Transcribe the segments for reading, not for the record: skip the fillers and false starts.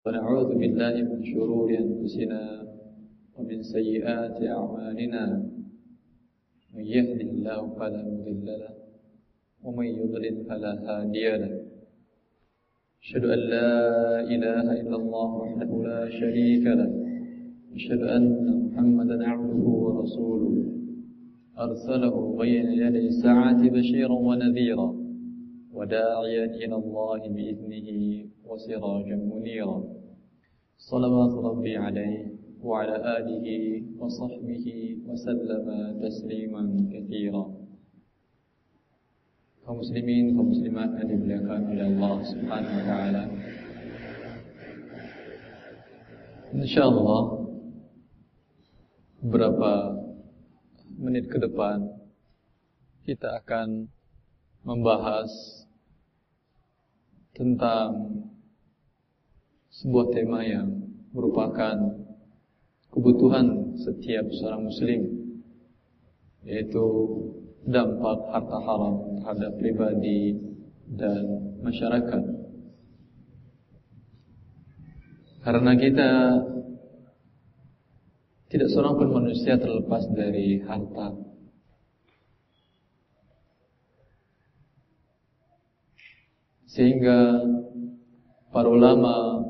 ونعوذ بالله من شرور أنفسنا ومن سيئات أعمالنا من يهده الله فلا مضل له ومن يضلل فلا هادي له أشهد أن لا إله إلا الله وحده لا شريك له أشهد أن محمدا عبده ورسوله أرسله بين يدي الساعة بشيرا ونذيرا وداعيا إلى الله بإذنه وسراجا منيرا صلوات ربي عليه وعلى آله وصحبه وسلم تسليما كثيرا. Kaum muslimin, kaum muslimat yang dimuliakan oleh Allah Subhanahu wa taala. Insyaallah beberapa menit ke depan kita akan membahas tentang sebuah tema yang merupakan kebutuhan setiap seorang muslim, yaitu dampak harta haram terhadap pribadi dan masyarakat. Karena kita tidak seorang pun manusia terlepas dari harta. Sehingga para ulama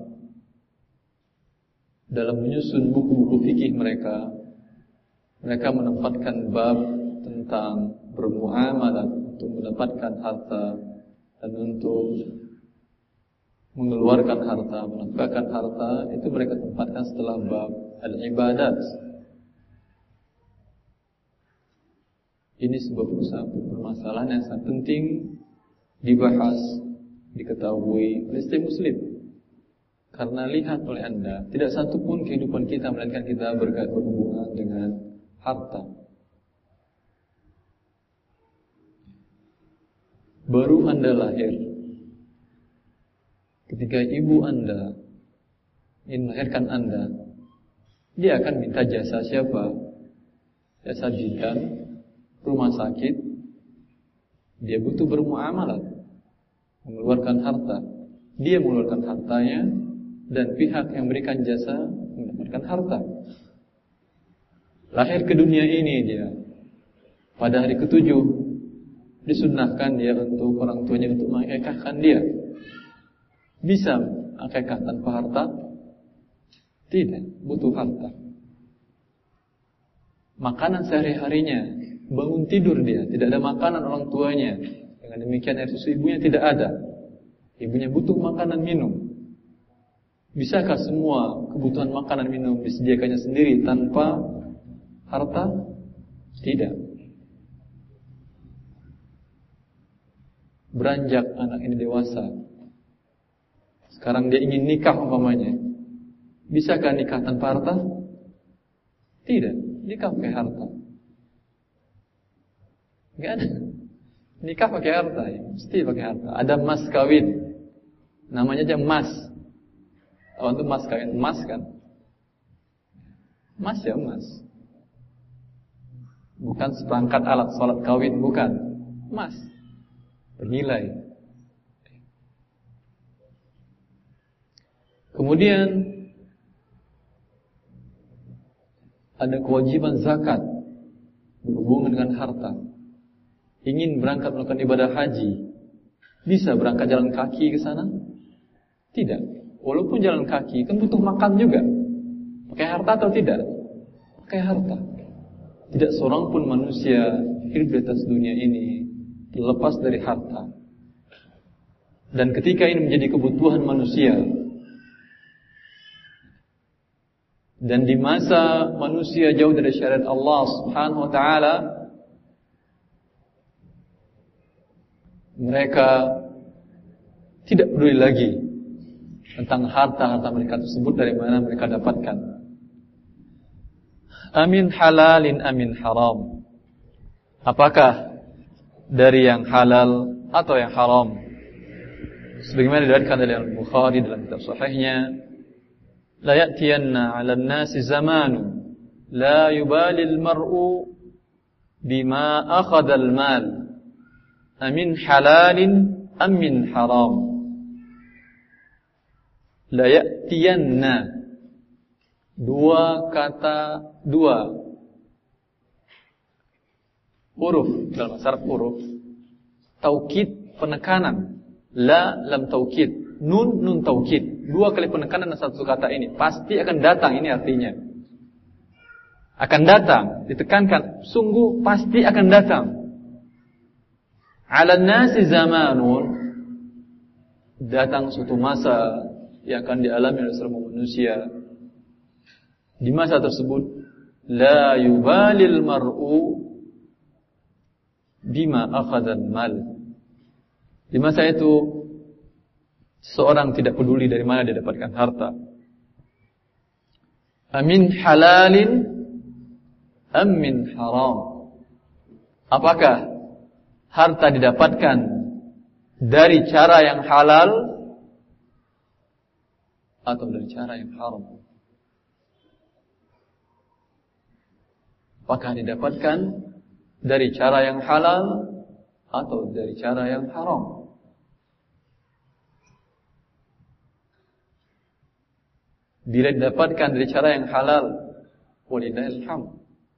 dalam menyusun buku-buku fikih mereka menempatkan bab tentang bermuamalah untuk mendapatkan harta dan untuk mengeluarkan harta, menafkahkan harta, itu mereka tempatkan setelah bab al-ibadat. Ini sebuah permasalahan yang sangat penting dibahas, diketahui oleh setiap muslim. Karena lihat oleh Anda, tidak satu pun kehidupan kita melainkan kita berhubungan dengan harta. Baru Anda lahir, ketika ibu Anda ingin melahirkan Anda, dia akan minta jasa siapa? Jasa bidan, rumah sakit. Dia butuh bermuamalah, mengeluarkan harta. Dia mengeluarkan hartanya, dan pihak yang berikan jasa mendapatkan harta. Lahir ke dunia ini dia, pada hari ke-7 disunnahkan dia untuk orang tuanya untuk mengakikahkan dia. Bisa akikah tanpa harta? Tidak, butuh harta. Makanan sehari-harinya, bangun tidur dia, tidak ada makanan orang tuanya. Dengan demikian air susu ibunya tidak ada. Ibunya butuh makanan minum. Bisakah semua kebutuhan makanan minum disediakannya sendiri tanpa harta? Tidak. Beranjak anak ini dewasa, sekarang dia ingin nikah umpamanya. Bisakah nikah tanpa harta? Tidak. Nikah pakai harta. Enggak ada. Nikah pakai harta, ya. Mesti pakai harta. Ada mas kawin, namanya aja mas. Tahu itu mas kawin, mas kan? Mas ya mas. Bukan seperangkat alat sholat kawin, bukan. Mas, bernilai. Kemudian ada kewajiban zakat berhubungan dengan harta. Ingin berangkat melakukan ibadah haji, bisa berangkat jalan kaki ke sana? Tidak. Walaupun jalan kaki kan butuh makan juga. Pakai harta atau tidak? Pakai harta. Tidak seorang pun manusia hidup di atas dunia ini terlepas dari harta. Dan ketika ini menjadi kebutuhan manusia, dan di masa manusia jauh dari syariat Allah Subhanahu wa taala, mereka tidak peduli lagi tentang harta-harta mereka tersebut dari mana mereka dapatkan. Amin halalin amin haram. Apakah dari yang halal atau yang haram? Sebagaimana diriwayatkan oleh Al-Bukhari dalam kitab sahihnya, la ya'tiyanna 'alan nasi zamanu la yubali al-mar'u bima akhadha al-mal amin halalin am min haram. La ya'tiyanna. Dua huruf dalam bahasa Arab, huruf taukid, penekanan. La lam taukid, nun taukid. Dua kali penekanan dalam satu kata ini pasti akan datang, ini artinya. Akan datang, ditekankan, sungguh pasti akan datang. 'Alan nasi zamanun, datang suatu masa yang akan dialami oleh semua manusia. Di masa tersebut, la yubalil mar'u bima akhadhan mal. Di masa itu, seorang tidak peduli dari mana dia dapatkan harta. Amin halalin am min haram. Apakah harta didapatkan dari cara yang halal atau dari cara yang haram? Apakah didapatkan dari cara yang halal atau dari cara yang haram? Bila didapatkan dari cara yang halal, walillahil hamd.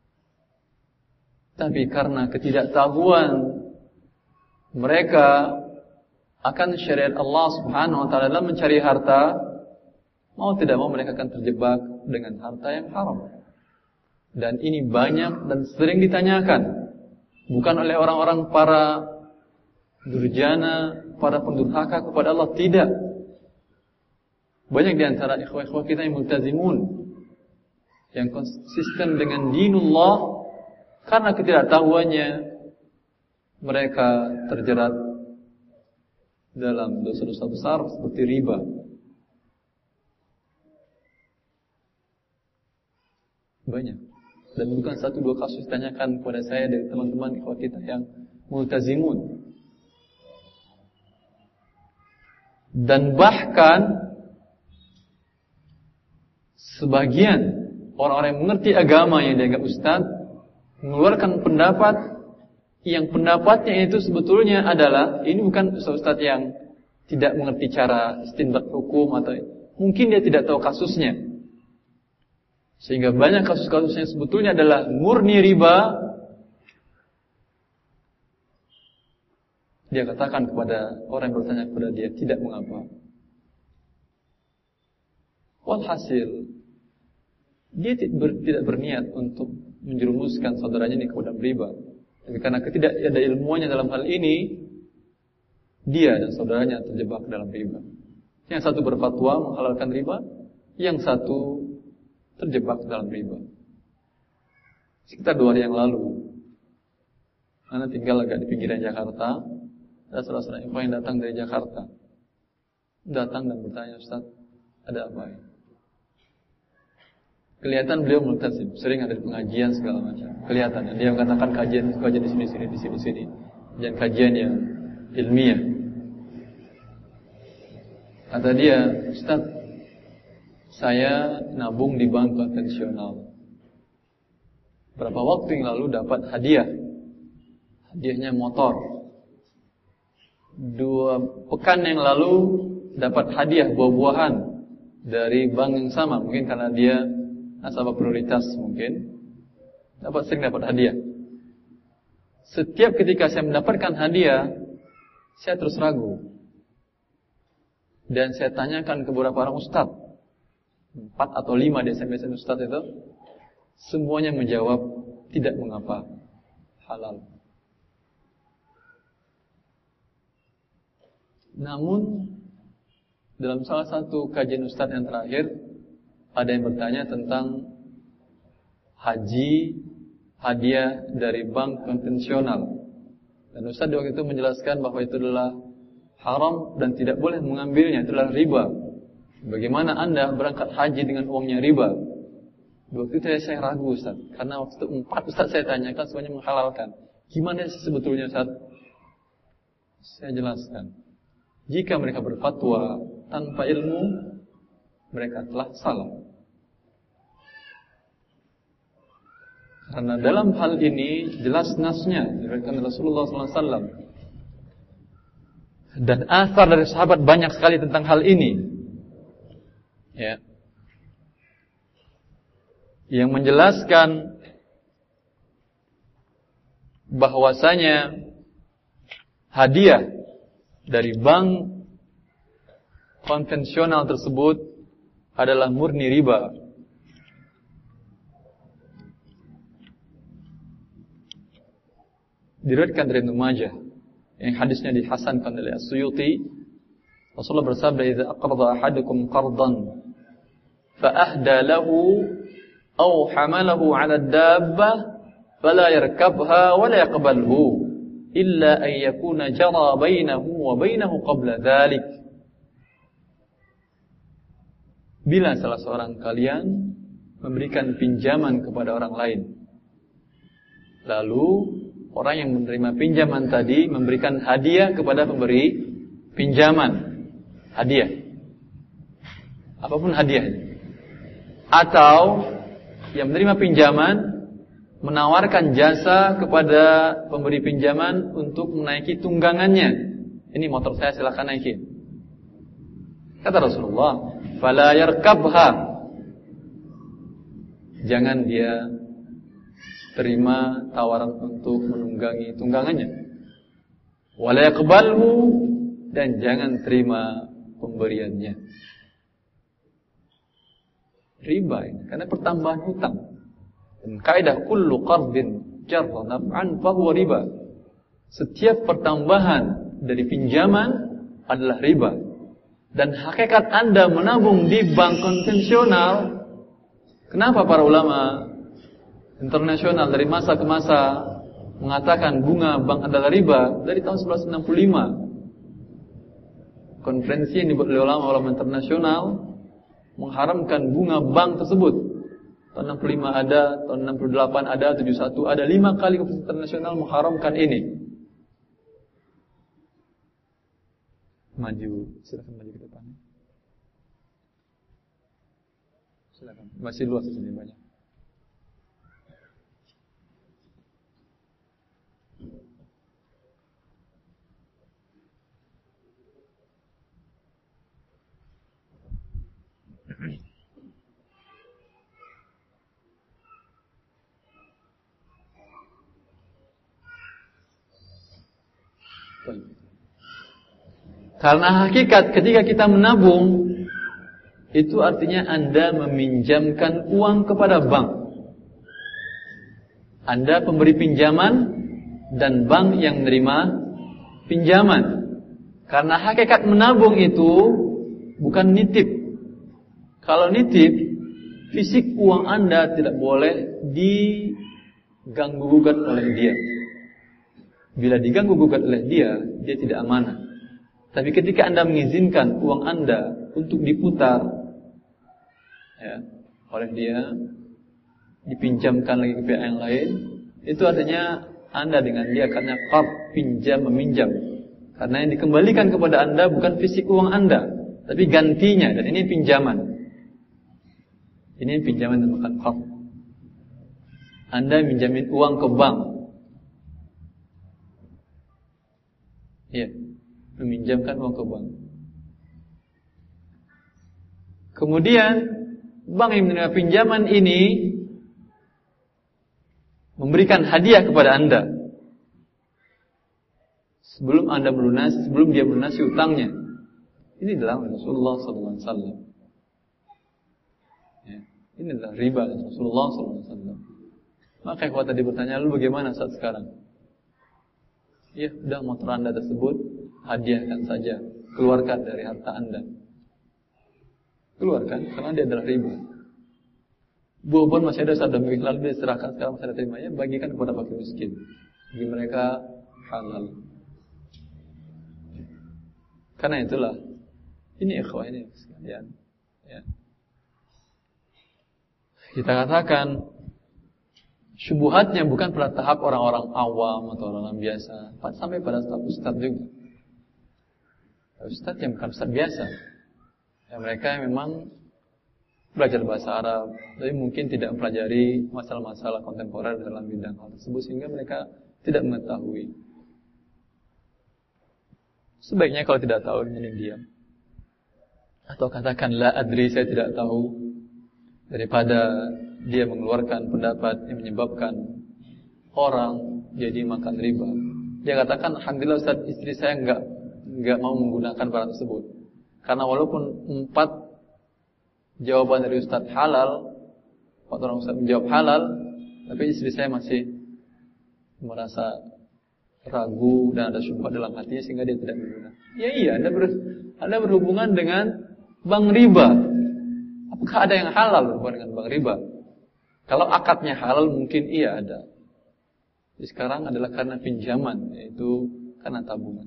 Tapi karena ketidaktahuan mereka akan syariat Allah Subhanahu wa taala dalam mencari harta, mau tidak mau mereka akan terjebak dengan harta yang haram. Dan ini banyak dan sering ditanyakan, bukan oleh orang-orang para durjana, para pendurhaka kepada Allah, tidak. Banyak di antara ikhwah-ikhwah kita yang multazimun, yang konsisten dengan dinullah, karena ketidaktahuannya mereka terjerat dalam dosa-dosa besar seperti riba. Banyak. Dan bukan satu dua kasus ditanyakan kepada saya dari teman-teman ikhwah kita yang multazimun. Dan bahkan sebagian orang-orang yang mengerti agama yang dianggap ustaz mengeluarkan pendapat yang pendapatnya itu sebetulnya adalah, ini bukan ustaz yang tidak mengerti cara istinbat hukum, atau mungkin dia tidak tahu kasusnya. Sehingga banyak kasus-kasusnya sebetulnya adalah murni riba. Dia katakan kepada orang yang bertanya kepada dia, tidak mengapa. Walhasil, dia tidak berniat untuk menjerumuskan saudaranya ini kepada riba. Tapi karena tidak ada ilmunya dalam hal ini, dia dan saudaranya terjebak dalam riba. Yang satu berfatwa menghalalkan riba, yang satu terjebak dalam riba. Sekitar 2 hari yang lalu, Ana tinggal agak di pinggiran Jakarta. Ada salah seorang ikhwan yang datang dari Jakarta, datang dan bertanya, Ustaz, ada apa ya? Kelihatan beliau multazim, sering ada di pengajian segala macam. Kelihatan, dia mengatakan kajian di sini, dan kajian yang ilmiah. Kata dia, Ustaz, saya nabung di bank konvensional. Berapa waktu yang lalu dapat hadiah. Hadiahnya motor. 2 pekan yang lalu dapat hadiah buah-buahan dari bank yang sama. Mungkin karena dia nasabah prioritas mungkin. Sering dapat hadiah. Setiap ketika saya mendapatkan hadiah, saya terus ragu. Dan saya tanyakan ke beberapa orang ustaz, 4 atau 5 di SMS ustaz itu, semuanya menjawab tidak mengapa, halal. Namun dalam salah satu kajian ustaz yang terakhir, ada yang bertanya tentang haji hadiah dari bank konvensional. Dan ustaz waktu itu menjelaskan bahwa itu adalah haram dan tidak boleh mengambilnya, itu adalah riba. Bagaimana Anda berangkat haji dengan uangnya riba? Waktu itu saya ragu Ustaz, karena waktu itu 4 Ustaz saya tanyakan semuanya menghalalkan. Gimana sih sebetulnya Ustaz? Saya jelaskan. Jika mereka berfatwa tanpa ilmu, mereka telah salah. Karena dalam hal ini jelas nasnya diriwayatkan Rasulullah SAW. Dan asar dari sahabat banyak sekali tentang hal ini. Ya. Yang menjelaskan bahwasanya hadiah dari bank konvensional tersebut adalah murni riba. Diriwayatkan dari Ibnu Majah yang hadisnya dihasankan oleh As-Suyuti, Rasulullah bersabda, "Idza aqrada ahadukum qardan fa ahda lahu aw hamalahu 'ala ad-dabbah fala yarkabha wa la yaqbalhu illa an yakuna jara bainahu wa bainahu qabla dhalik." Bila salah seorang kalian memberikan pinjaman kepada orang lain, lalu orang yang menerima pinjaman tadi memberikan hadiah kepada pemberi pinjaman, hadiah, apapun hadiahnya, atau yang menerima pinjaman menawarkan jasa kepada pemberi pinjaman untuk menaiki tunggangannya. Ini motor saya, silakan naikin. Kata Rasulullah, "Fala yarkabha." Jangan dia terima tawaran untuk menunggangi tunggangannya. Wala yaqbalhu, dan jangan terima pemberiannya. Riba ini karena pertambahan hutang. Dan kaidah kullu qardin jarra naf'an fa huwa riba. Setiap pertambahan dari pinjaman adalah riba. Dan hakikat Anda menabung di bank konvensional, kenapa para ulama internasional dari masa ke masa mengatakan bunga bank adalah riba? Dari tahun 1965, konferensi yang dibuat oleh ulama-ulama internasional mengharamkan bunga bank tersebut. Tahun 65 ada, tahun 68 ada, 71 ada, 5 kali konferensi internasional mengharamkan ini. Maju, silakan maju ke depan. Silakan, masih luas di sini banyak. Karena hakikat ketika kita menabung, itu artinya Anda meminjamkan uang kepada bank. Anda pemberi pinjaman dan bank yang menerima pinjaman. Karena hakikat menabung itu bukan nitip. Kalau nitip, fisik uang Anda tidak boleh diganggu-gugat oleh dia. Bila diganggu-gugat oleh dia, dia tidak amanah. Tapi ketika Anda mengizinkan uang Anda untuk diputar, ya, oleh dia, dipinjamkan lagi ke pihak yang lain, itu artinya Anda dengan dia karena qard, pinjam meminjam. Karena yang dikembalikan kepada Anda bukan fisik uang Anda, tapi gantinya, dan ini pinjaman. Ini pinjaman yang bukan qard. Anda minjamin uang ke bank. Iya, meminjamkan uang ke bank. Kemudian bank yang menerima pinjaman ini memberikan hadiah kepada Anda sebelum dia melunasi utangnya. Ini adalah Rasulullah SAW. Ya, ini adalah riba Rasulullah SAW. Maka kalau tadi bertanya, lalu bagaimana saat sekarang? Ya, sudah motor Anda tersebut hadiahkan saja, keluarkan dari harta Anda. Keluarkan, karena dia adalah riba. Buah-buahan masih ada saat demi lalu dia serahkan, sekarang masih ada terimanya, bagikan kepada fakir miskin. Bagi mereka halal. Karena itulah, ini ikhwah ini sekalian. Ya. Kita katakan syubhatnya bukan pada tahap orang-orang awam atau orang biasa, sampai pada tahap ustaz juga. Ustaz yang bukan ustaz biasa, ya, mereka yang memang belajar bahasa Arab, tapi mungkin tidak mempelajari masalah-masalah kontemporer dalam bidang hal tersebut, sehingga mereka tidak mengetahui. Sebaiknya kalau tidak tahu, mending diam. atau katakan la adri, saya tidak tahu, daripada dia mengeluarkan pendapat yang menyebabkan orang jadi makan riba. Dia katakan, alhamdulillah Ustaz, istri saya enggak mau menggunakan barang tersebut. Karena walaupun 4 jawaban dari Ustaz halal, 4 orang Ustaz menjawab halal, tapi istri saya masih merasa ragu dan ada syubhat dalam hatinya sehingga dia tidak menggunakan. Ya iya, Anda berhubungan dengan bank riba. Apakah ada yang halal berhubungan dengan bank riba? Kalau akadnya halal mungkin iya ada. Jadi sekarang adalah karena pinjaman, yaitu karena tabungan.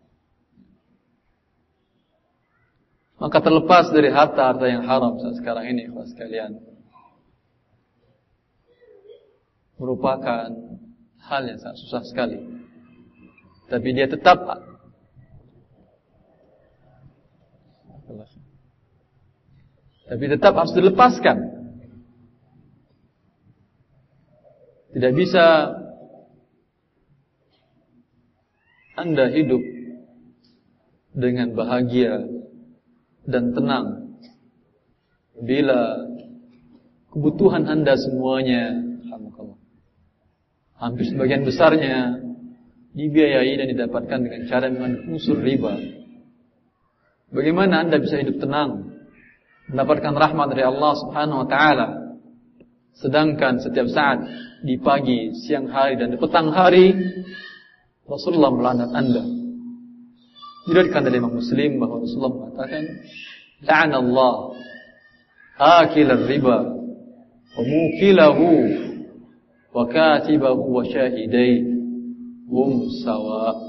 Maka terlepas dari harta-harta yang haram saat sekarang ini, ikhwas sekalian, merupakan hal yang sangat susah sekali. Tapi dia tetap harus dilepaskan. Tidak bisa Anda hidup dengan bahagia dan tenang bila kebutuhan Anda semuanya, hampir sebagian besarnya, dibiayai dan didapatkan dengan cara mengandung unsur riba. Bagaimana Anda bisa hidup tenang, mendapatkan rahmat dari Allah Subhanahu wa taala, sedangkan setiap saat di pagi, siang hari dan di petang hari Rasulullah melaknat Anda. Diriwayatkan dari Imam Muslim bahwa Rasulullah mengatakan, la'anallah akilar riba wa mukilahu wa katibahu wa syahidai hum sawa.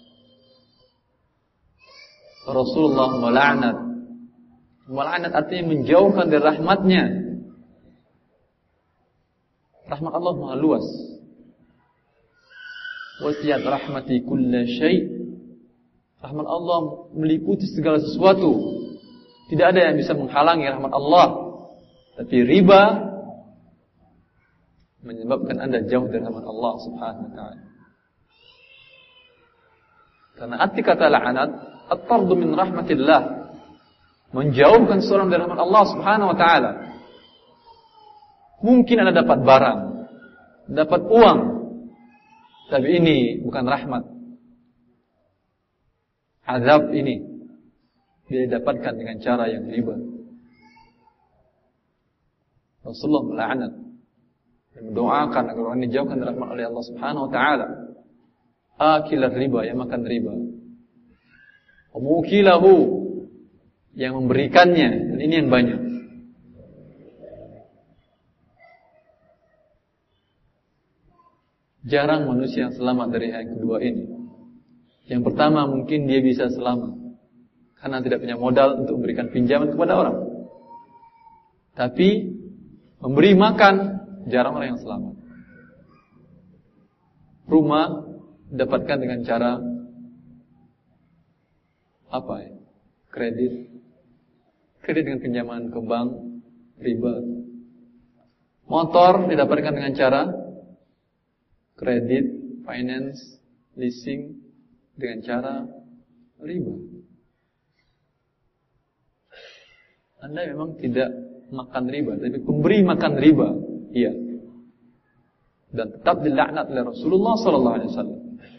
Rasulullah melaknat. Melaknat artinya menjauhkan dari rahmatnya. Rahmat Allah maha luas. Wasiat rahmati kulla syai'. Rahmat Allah meliputi segala sesuatu. Tidak ada yang bisa menghalangi rahmat Allah. Tapi riba menyebabkan Anda jauh dari rahmat Allah Subhanahu wa taala. Karena arti kata la'anat at-tardu min rahmatillah, menjauhkan seorang dari rahmat Allah Subhanahu wa taala. Mungkin Anda dapat barang, dapat uang, tapi ini bukan rahmat. Azab ini dia didapatkan dengan cara yang riba. Rasulullah melaknat dan mendoakan agar orang ini dijauhkan dari rahmat oleh Allah Subhanahu wa taala. Akilar riba, yang makan riba. Mukilahu, yang memberikannya, dan ini yang banyak. Jarang manusia yang selamat dari yang kedua ini. Yang pertama mungkin dia bisa selamat karena tidak punya modal untuk memberikan pinjaman kepada orang. Tapi memberi makan, jarang orang yang selamat. Rumah dapatkan dengan cara apa ya? Kredit dengan pinjaman ke bank, riba. Motor didapatkan dengan cara kredit, finance, leasing dengan cara riba. Anda memang tidak makan riba, tapi pemberi makan riba, iya. Dan tetap dilaknat oleh Rasulullah sallallahu alaihi wasallam.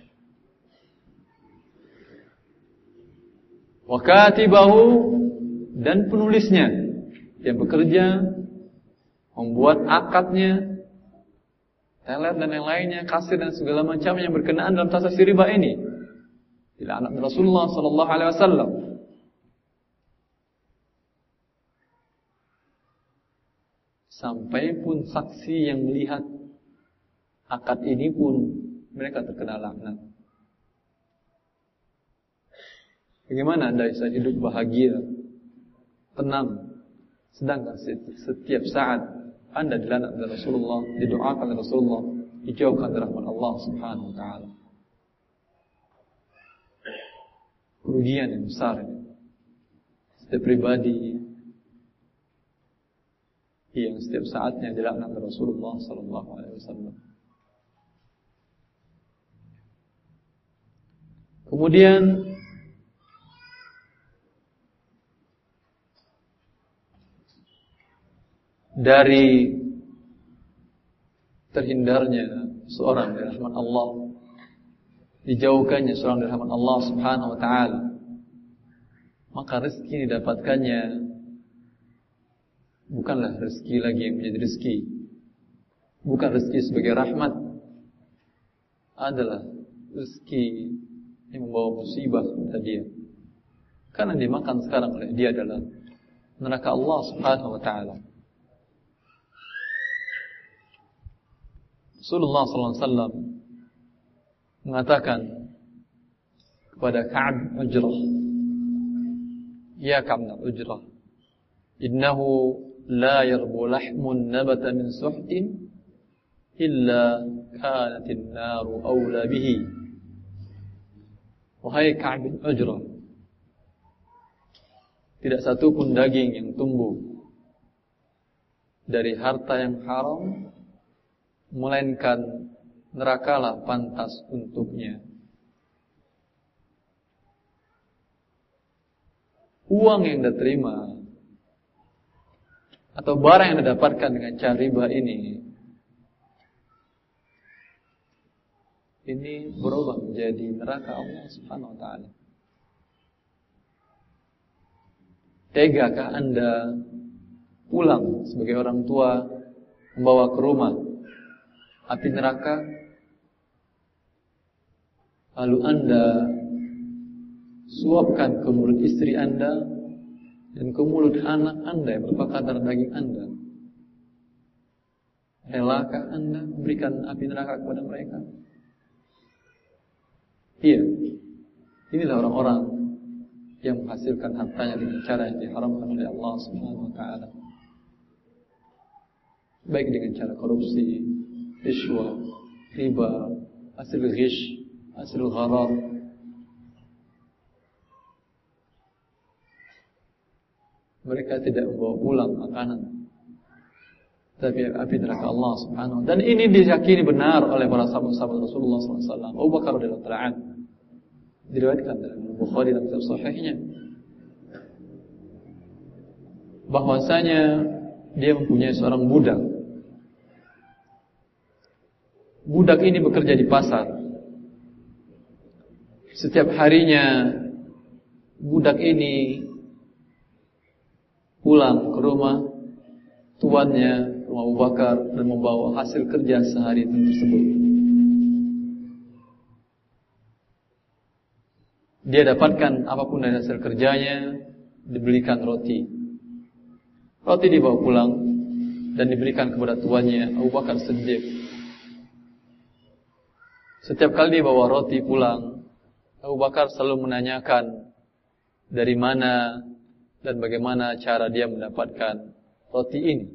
Wa katibahu, dan penulisnya yang bekerja membuat akadnya, teller dan yang lainnya, kasir dan segala macam yang berkenaan dalam transaksi riba ini. Dilaknat Rasulullah sallallahu alaihi wasallam. Sampai pun saksi yang melihat akad ini pun mereka terkena laknat. Bagaimana Anda bisa hidup bahagia, tenang, sedangkan setiap saat Anda dilaknat oleh Rasulullah, didoakan oleh Rasulullah, dijauhkan dari rahmat Allah Subhanahu wa taala. Kerugian yang besar ini. Setiap pribadi yang setiap saatnya dilaknat oleh Rasulullah sallallahu alaihi wasallam. Kemudian dari terhindarnya seorang dari rahmat Allah, dijauhkannya seorang dari rahmat Allah Subhanahu wa taala, maka rezeki didapatkannya bukanlah rezeki lagi yang menjadi rezeki, bukan rezeki sebagai rahmat, adalah rezeki yang membawa musibah kepada dia. Karena yang dimakan sekarang oleh dia adalah neraka Allah Subhanahu wa taala. Rasulullah sallallahu alaihi wasallam mengatakan kepada Ka'ab bin Ujrah, "Ya Ka'ab bin Ujrah, innahu la yarbu lahmun nabata min suhtin illa kanatin naru awla bihi." Wahai Ka'ab bin Ujrah, tidak satu pun daging yang tumbuh dari harta yang haram, melainkan nerakalah pantas untuknya. Uang yang Anda terima atau barang yang Anda dapatkan dengan cara riba ini berubah menjadi neraka Allah Subhanahu wa taala. Tegakah Anda pulang sebagai orang tua membawa ke rumah api neraka, lalu Anda suapkan ke mulut istri Anda dan ke mulut anak Anda yang merupakan darah daging Anda? Relakah Anda memberikan api neraka kepada mereka? Iya, inilah orang-orang yang menghasilkan hartanya dengan cara yang diharamkan oleh Allah Subhanahu wa taala. Baik dengan cara korupsi, rishwah, riba, hasil ghish, hasil gharar. Mereka tidak membawa pulang makanan, tapi api neraka Allah Subhanahu wa taala. Dan ini diyakini benar oleh para sahabat Rasulullah SAW. Abu Bakar radhiyallahu anhu, diriwayatkan dalam Bukhari dalam kitab sahihnya, bahwasanya dia mempunyai seorang budak. Budak ini bekerja di pasar. Setiap harinya budak ini pulang ke rumah tuannya, rumah Abu Bakar, dan membawa hasil kerja sehari tersebut. Dia dapatkan apapun dari hasil kerjanya, dibelikan roti. Roti dibawa pulang dan diberikan kepada tuannya, Abu Bakar Siddiq. Setiap kali dia bawa roti pulang, Abu Bakar selalu menanyakan dari mana dan bagaimana cara dia mendapatkan roti ini.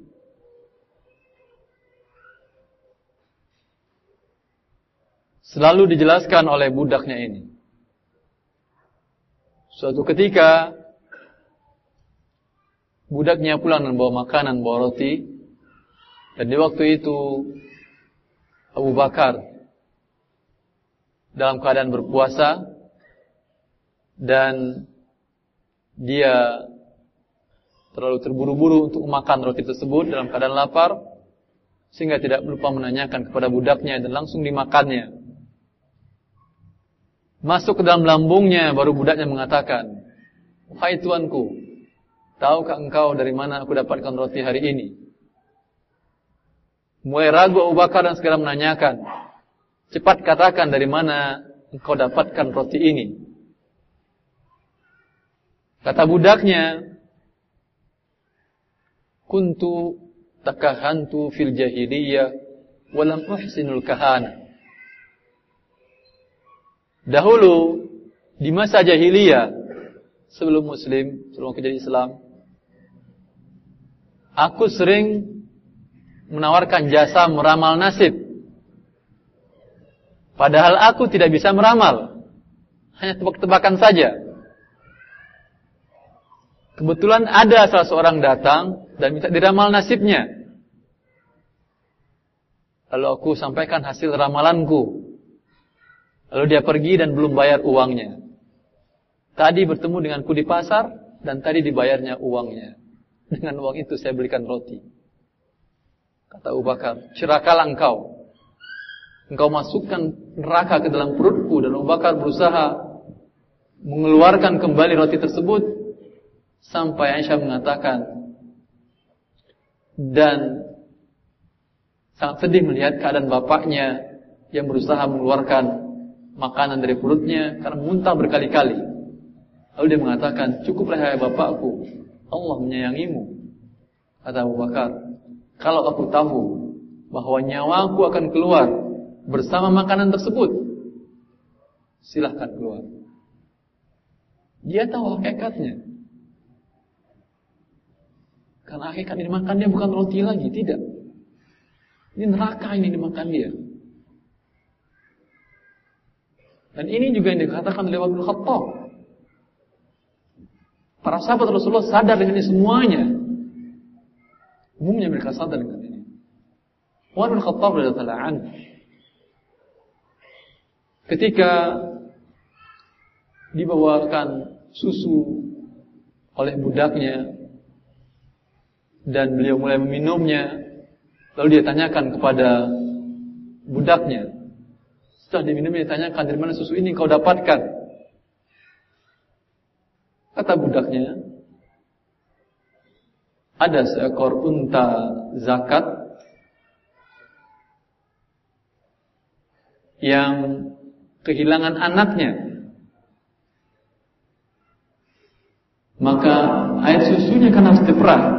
Selalu dijelaskan oleh budaknya ini. Suatu ketika budaknya pulang dan bawa makanan, bawa roti, dan di waktu itu Abu Bakar dalam keadaan berpuasa dan dia terlalu terburu-buru untuk makan roti tersebut dalam keadaan lapar, sehingga tidak lupa menanyakan kepada budaknya dan langsung dimakannya. Masuk ke dalam lambungnya, baru budaknya mengatakan, "Wahai tuanku, tahukah engkau dari mana aku dapatkan roti hari ini?" Mulai ragu Abu Bakar dan segera menanyakan, "Cepat katakan dari mana engkau dapatkan roti ini?" Kata budaknya, "Kuntu takahantu fil jahiliyah walam uhsinul kahana." Dahulu di masa jahiliyah, sebelum Muslim, sebelum aku jadi Islam, aku sering menawarkan jasa meramal nasib. Padahal aku tidak bisa meramal, hanya tebak-tebakan saja. Kebetulan ada salah seorang datang dan minta diramal nasibnya. Lalu aku sampaikan hasil ramalanku. Lalu dia pergi dan belum bayar uangnya. Tadi bertemu denganku di pasar dan tadi dibayarnya uangnya. Dengan uang itu saya belikan roti. Kata Abu Bakar, celakalah engkau. Engkau masukkan neraka ke dalam perutku. Dan Abu Bakar berusaha mengeluarkan kembali roti tersebut. Sampai Aisyah mengatakan, dan sangat sedih melihat keadaan bapaknya yang berusaha mengeluarkan makanan dari perutnya karena muntah berkali-kali. Lalu dia mengatakan, cukuplah hai bapakku, Allah menyayangimu. Kata Abu Bakar, kalau aku tahu bahwa nyawaku akan keluar bersama makanan tersebut, silahkan keluar. Dia tahu hakikatnya. Karena hakikat ini dimakan dia bukan roti lagi, tidak. Ini neraka ini dimakan dia. Dan ini juga yang dikatakan oleh Umar bin Khattab. Para sahabat Rasulullah sadar dengan ini semuanya. Umumnya mereka sadar dengan ini. Umar bin Khattab radhiyallahu anhu ketika dibawakan susu oleh budaknya dan beliau mulai meminumnya, lalu dia tanyakan kepada budaknya. Setelah diminumnya ditanyakan, dari mana susu ini kau dapatkan? Kata budaknya, ada seekor unta zakat yang kehilangan anaknya. Maka air susunya kan harus diperah.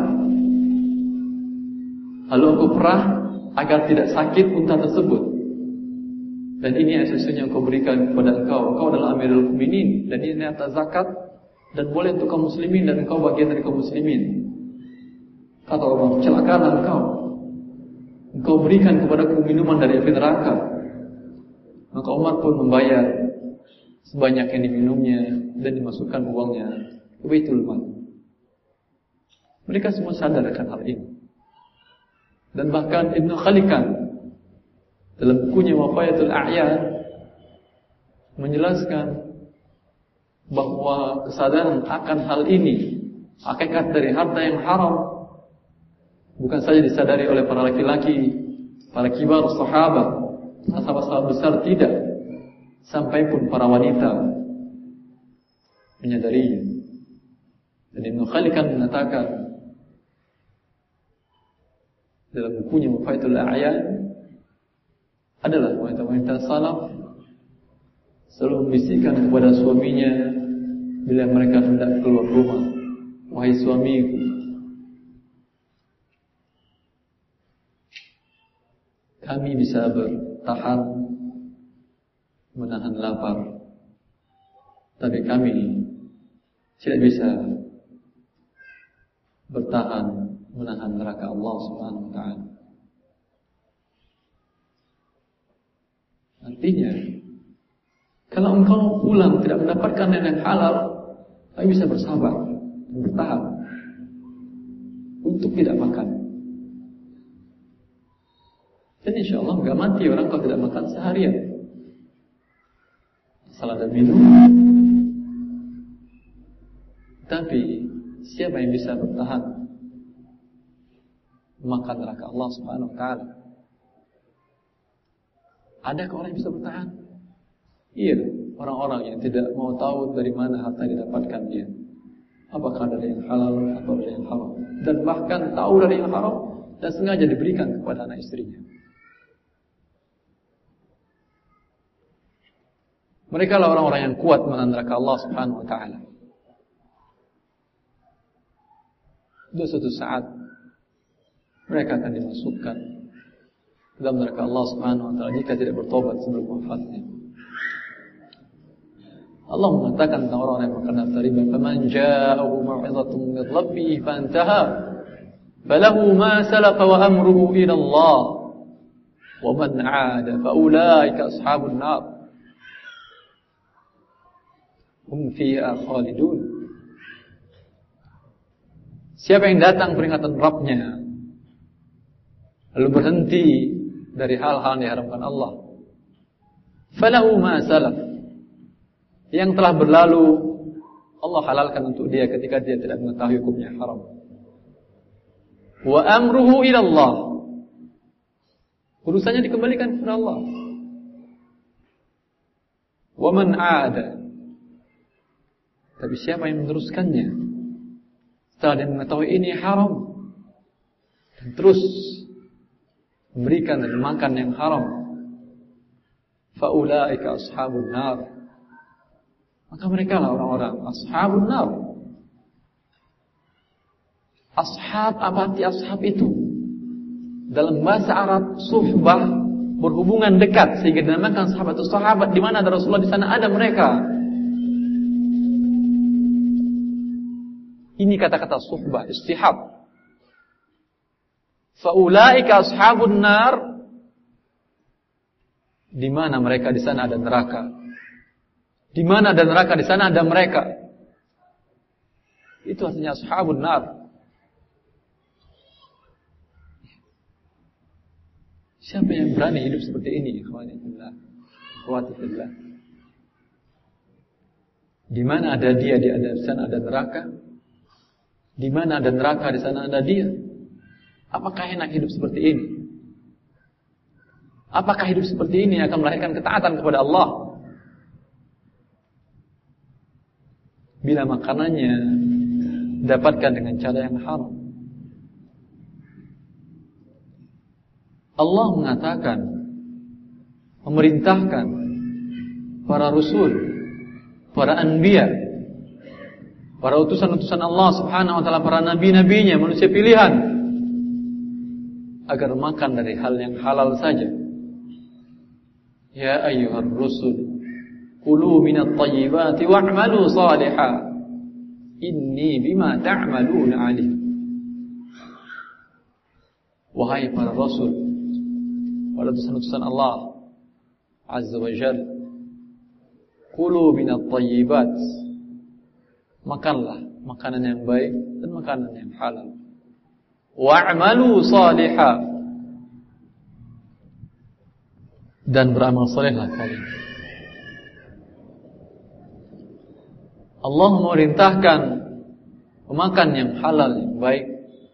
Lalu aku perah agar tidak sakit unta tersebut. Dan ini air susunya aku berikan kepada engkau. Engkau adalah Amirul Mukminin dan ini harta zakat dan boleh untuk kaum muslimin dan engkau bagian dari kaum muslimin. Kata Allah, celakalah engkau. Engkau berikan kepadaku minuman dari api neraka. Maka Umar pun membayar sebanyak yang diminumnya dan dimasukkan uangnya ke Baitul Mal. Mereka semua sadar akan hal ini. Dan bahkan Ibnu Khalikan dalam bukunya Wafayatul A'yan menjelaskan bahwa kesadaran akan hal ini, hakikat dari harta yang haram, bukan saja disadari oleh para laki-laki, para kibar sahabat, sahabat-sahabat besar, tidak, sampai pun para wanita menyadarinya. Dan Ibnu Khalikan mengatakan dalam bukunya Wafayatul A'yan, adalah wanita-wanita salaf selalu membisikkan kepada suaminya bila mereka hendak keluar rumah, wahai suamiku, kami bisa bertahan menahan lapar, tapi kami tidak bisa bertahan menahan neraka Allah Subhanahu wa taala. Artinya, kalau engkau pulang tidak mendapatkan yang halal, kau bisa bersabar dan bertahan untuk tidak makan. Dan insya Allah enggak mati orang kalau tidak makan seharian. Asal ada minum. Tapi siapa yang bisa bertahan makan neraka Allah Subhanahu wa taala? Adakah orang yang bisa bertahan? Iya, orang-orang yang tidak mau tahu dari mana harta yang didapatkan dia. Apakah dari yang halal atau dari yang haram. Dan bahkan tahu dari yang haram dan sengaja diberikan kepada anak istrinya. Mereka lah orang-orang yang kuat menahan neraka Allah Subhanahu wa taala. Di suatu saat mereka akan dimasukkan dalam neraka Allah Subhanahu wa taala jika tidak bertobat sebelum wafatnya. Allah mengatakan tentang orang yang makan harta riba, "Faman ja'ahu mau'izatun min rabbih fantaha, falahu ma salafa wa amruhu ila Allah, wa man 'ada fa ulaika ashabun nar. Hum fiha khalidun." Siapa yang datang peringatan Rabbnya lalu berhenti dari hal-hal yang diharamkan Allah, falahu ma salaf, yang telah berlalu Allah halalkan untuk dia ketika dia tidak mengetahui hukumnya haram. Wa amruhu ila Allah, Urusannya dikembalikan kepada Allah. Wa man 'ada. Tapi siapa yang meneruskannya setelah dia mengetahui ini haram dan terus memberikan dan makan yang haram, faulaika ashabun nar. Maka mereka lah orang-orang ashabun nar. Ashab, apa arti ashab itu? Dalam bahasa Arab, suhbah, berhubungan dekat, sehingga dinamakan sahabat itu sahabat. Di mana ada Rasulullah, di sana ada mereka. Ini kata-kata suhbah, istihab. Faulaika ashabun nar. Di mana mereka, di sana ada neraka. Di mana ada neraka, di sana ada mereka. Itu artinya ashabun nar. Siapa yang berani hidup seperti ini? Ikhwanillah. Di mana ada dia, di sana ada neraka. Di mana ada neraka, di sana ada dia. Apakah enak hidup seperti ini? Apakah hidup seperti ini akan melahirkan ketaatan kepada Allah? Bila makanannya dapatkan dengan cara yang haram. Allah mengatakan, memerintahkan para rasul, para anbiya, para utusan-utusan Allah subhanahu wa ta'ala, para nabi-nabinya, manusia pilihan, agar makan dari hal yang halal saja. Ya ayyuhar rusul, kulu minat tayyibati wa'malu salihan, inni bima ta'maluna alim. Wahai para rasul, para utusan-utusan Allah Azza wa Jalla, kulu minat tayyibat, makanlah makanan yang baik dan makanan yang halal. Wa'malu salihah, dan beramal salehlah kalian. Allah memerintahkan memakan yang halal, yang baik,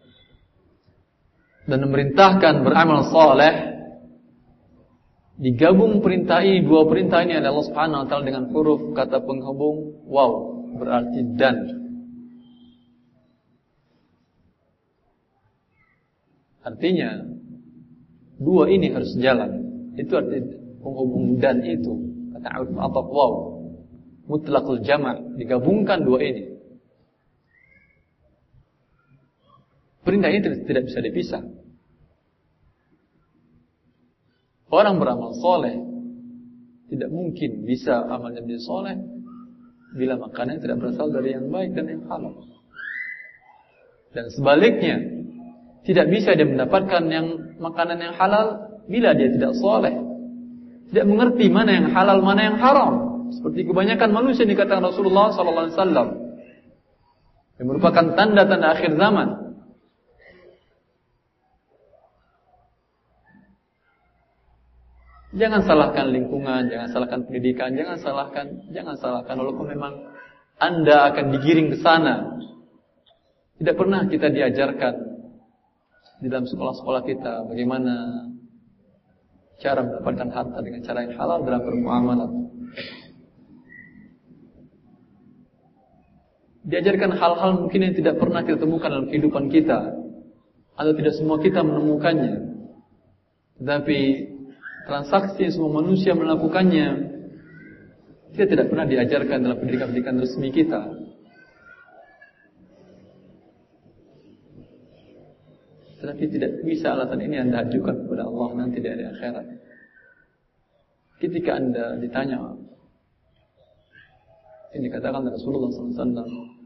dan memerintahkan beramal saleh. Digabung perintah ini, dua perintah ini adalah Allah Subhanahu wa ta'ala dengan huruf kata penghubung waw, berarti dan. Artinya dua ini harus jalan. Itu arti penghubung dan itu. Kata ataf waw, mutlaqul jama', digabungkan dua ini. Perintah ini tidak bisa dipisah. Orang beramal soleh tidak mungkin bisa amalnya menjadi soleh bila makanannya tidak berasal dari yang baik dan yang halal. Dan sebaliknya, tidak bisa dia mendapatkan yang makanan yang halal bila dia tidak soleh, tidak mengerti mana yang halal, mana yang haram. Seperti kebanyakan manusia yang dikatakan Rasulullah SAW, yang merupakan tanda-tanda akhir zaman. Jangan salahkan lingkungan, jangan salahkan pendidikan, jangan salahkan walaupun memang Anda akan digiring ke sana. Tidak pernah kita diajarkan di dalam sekolah-sekolah kita bagaimana cara mendapatkan harta dengan cara yang halal dalam bermuamalah. Diajarkan hal-hal mungkin yang tidak pernah kita temukan dalam kehidupan kita, atau tidak semua kita menemukannya. Tetapi transaksi semua manusia melakukannya, kita tidak pernah diajarkan dalam pendidikan-pendidikan resmi kita. Tetapi tidak bisa alasan ini Anda ajukan kepada Allah nanti di hari akhirat. Ketika Anda ditanya, ini dikatakan Rasulullah SAW,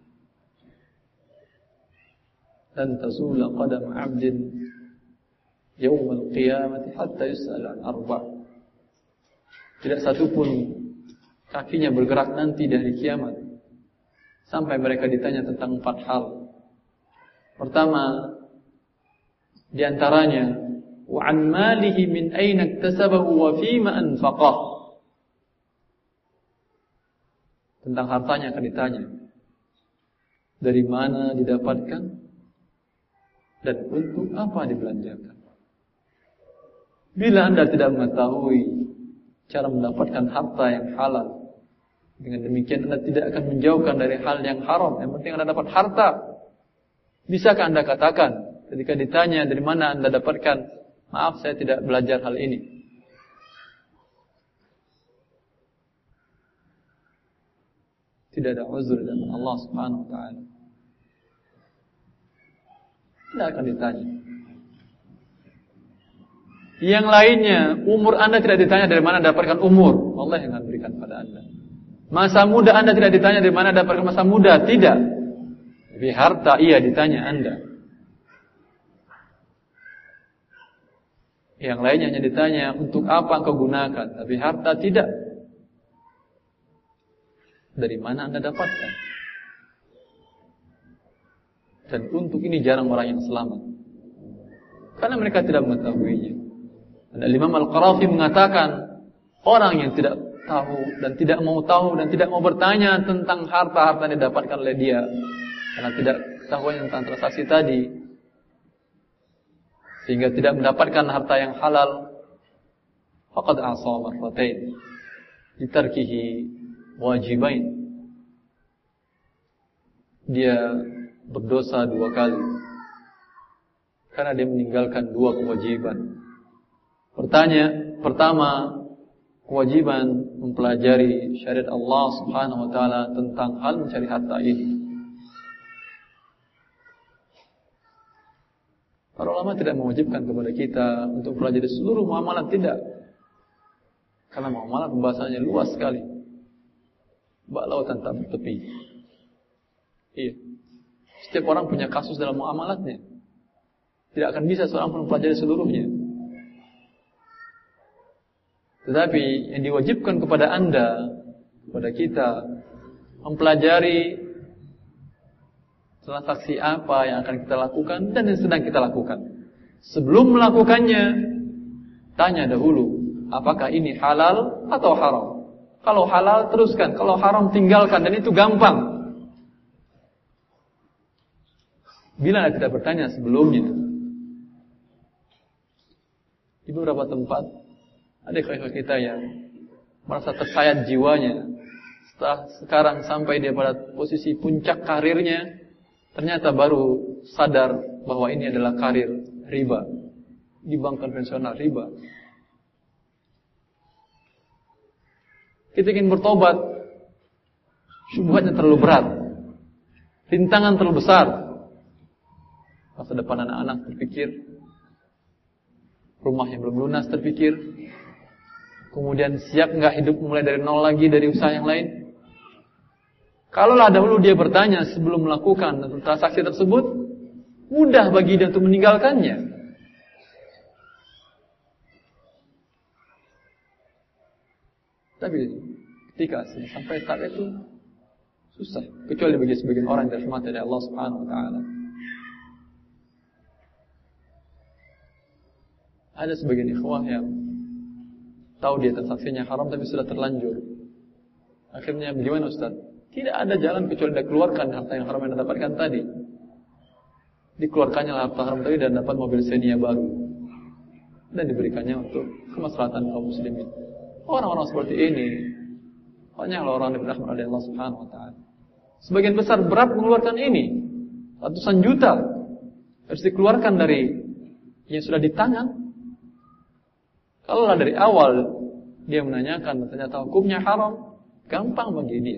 "Lan tazula qadam 'abdin Yawmal qiyamati hatta yus'al an arba'." Tidak satupun kakinya bergerak nanti dari kiamat sampai mereka ditanya tentang 4 hal. Pertama, di antaranya, wa an malihi min aina iktasabahu wa fima anfaqah. Tentang hartanya akan ditanya, dari mana didapatkan dan untuk apa dibelanjakan. Bila Anda tidak mengetahui cara mendapatkan harta yang halal, dengan demikian Anda tidak akan menjauhkan dari hal yang haram. Yang penting Anda dapat harta. Bisakah Anda katakan ketika ditanya dari mana Anda dapatkan, maaf saya tidak belajar hal ini? Tidak ada uzur dari Allah Subhanahu wa taala. Tidak akan ditanya. Yang lainnya, umur Anda tidak ditanya dari mana dapatkan umur. Allah yang akan berikan pada Anda. Masa muda Anda tidak ditanya dari mana dapatkan masa muda. Tidak. Tapi harta iya ditanya Anda. Yang lainnya hanya ditanya untuk apa engkau gunakan. Tapi harta tidak. Dari mana Anda dapatkan? Dan untuk ini jarang orang yang selamat. Karena mereka tidak mengetahuinya. Dan Imam Al-Qarafi mengatakan, orang yang tidak tahu dan tidak mau tahu dan tidak mau bertanya tentang harta-harta yang didapatkan oleh dia, karena tidak tahu tentang transaksi tadi, sehingga tidak mendapatkan harta yang halal, faqad a'sa marratain litarkihi wajibain. Dia berdosa 2 kali karena dia meninggalkan 2 kewajiban. Pertama, kewajiban mempelajari syariat Allah Subhanahu wa taala tentang hal mencari harta ini. Para ulama tidak mewajibkan kepada kita untuk mempelajari seluruh muamalat, tidak. Karena muamalat pembahasannya luas sekali. Bak lautan tak bertepi. Iya. Setiap orang punya kasus dalam muamalatnya. Tidak akan bisa seorang pun mempelajari seluruhnya. Tetapi yang diwajibkan kepada Anda, kepada kita, mempelajari transaksi apa yang akan kita lakukan dan yang sedang kita lakukan. Sebelum melakukannya, tanya dahulu, apakah ini halal atau haram? Kalau halal, teruskan. Kalau haram, tinggalkan. Dan itu gampang. Bila Anda tidak bertanya sebelumnya, di beberapa tempat, ada ikhwan kita yang merasa tersayat jiwanya. Setelah sekarang sampai dia pada posisi puncak karirnya, ternyata baru sadar bahwa ini adalah karir riba. Di bank konvensional riba. Kita ingin bertobat, syubhatnya terlalu berat, rintangan terlalu besar. Masa depan anak-anak terpikir, rumah yang belum lunas terpikir, kemudian siap enggak hidup mulai dari nol lagi dari usaha yang lain. Kalaulah dahulu dia bertanya sebelum melakukan transaksi tersebut, mudah bagi dia untuk meninggalkannya. Tapi ketika sampai saat itu susah, kecuali bagi sebagian orang yang dirahmati oleh Allah Subhanahu wa taala. Ada sebagian ikhwah yang tahu dia transaksinya haram tapi sudah terlanjur. Akhirnya bagaimana Ustaz? Tidak ada jalan kecuali dia keluarkan harta yang haram yang dapatkan tadi. Dikeluarkannya harta haram tadi dan dapat mobil Xenia baru. Dan diberikannya untuk kemaslahatan kaum muslimin. Orang-orang seperti ini banyaklah orang yang dirahmati oleh Allah Subhanahu wa taala. Sebagian besar berat mengeluarkan ini. Ratusan juta harus dikeluarkan dari yang sudah di tangan. Kalau dari awal dia menanyakan ternyata hukumnya haram, gampang bagi dia.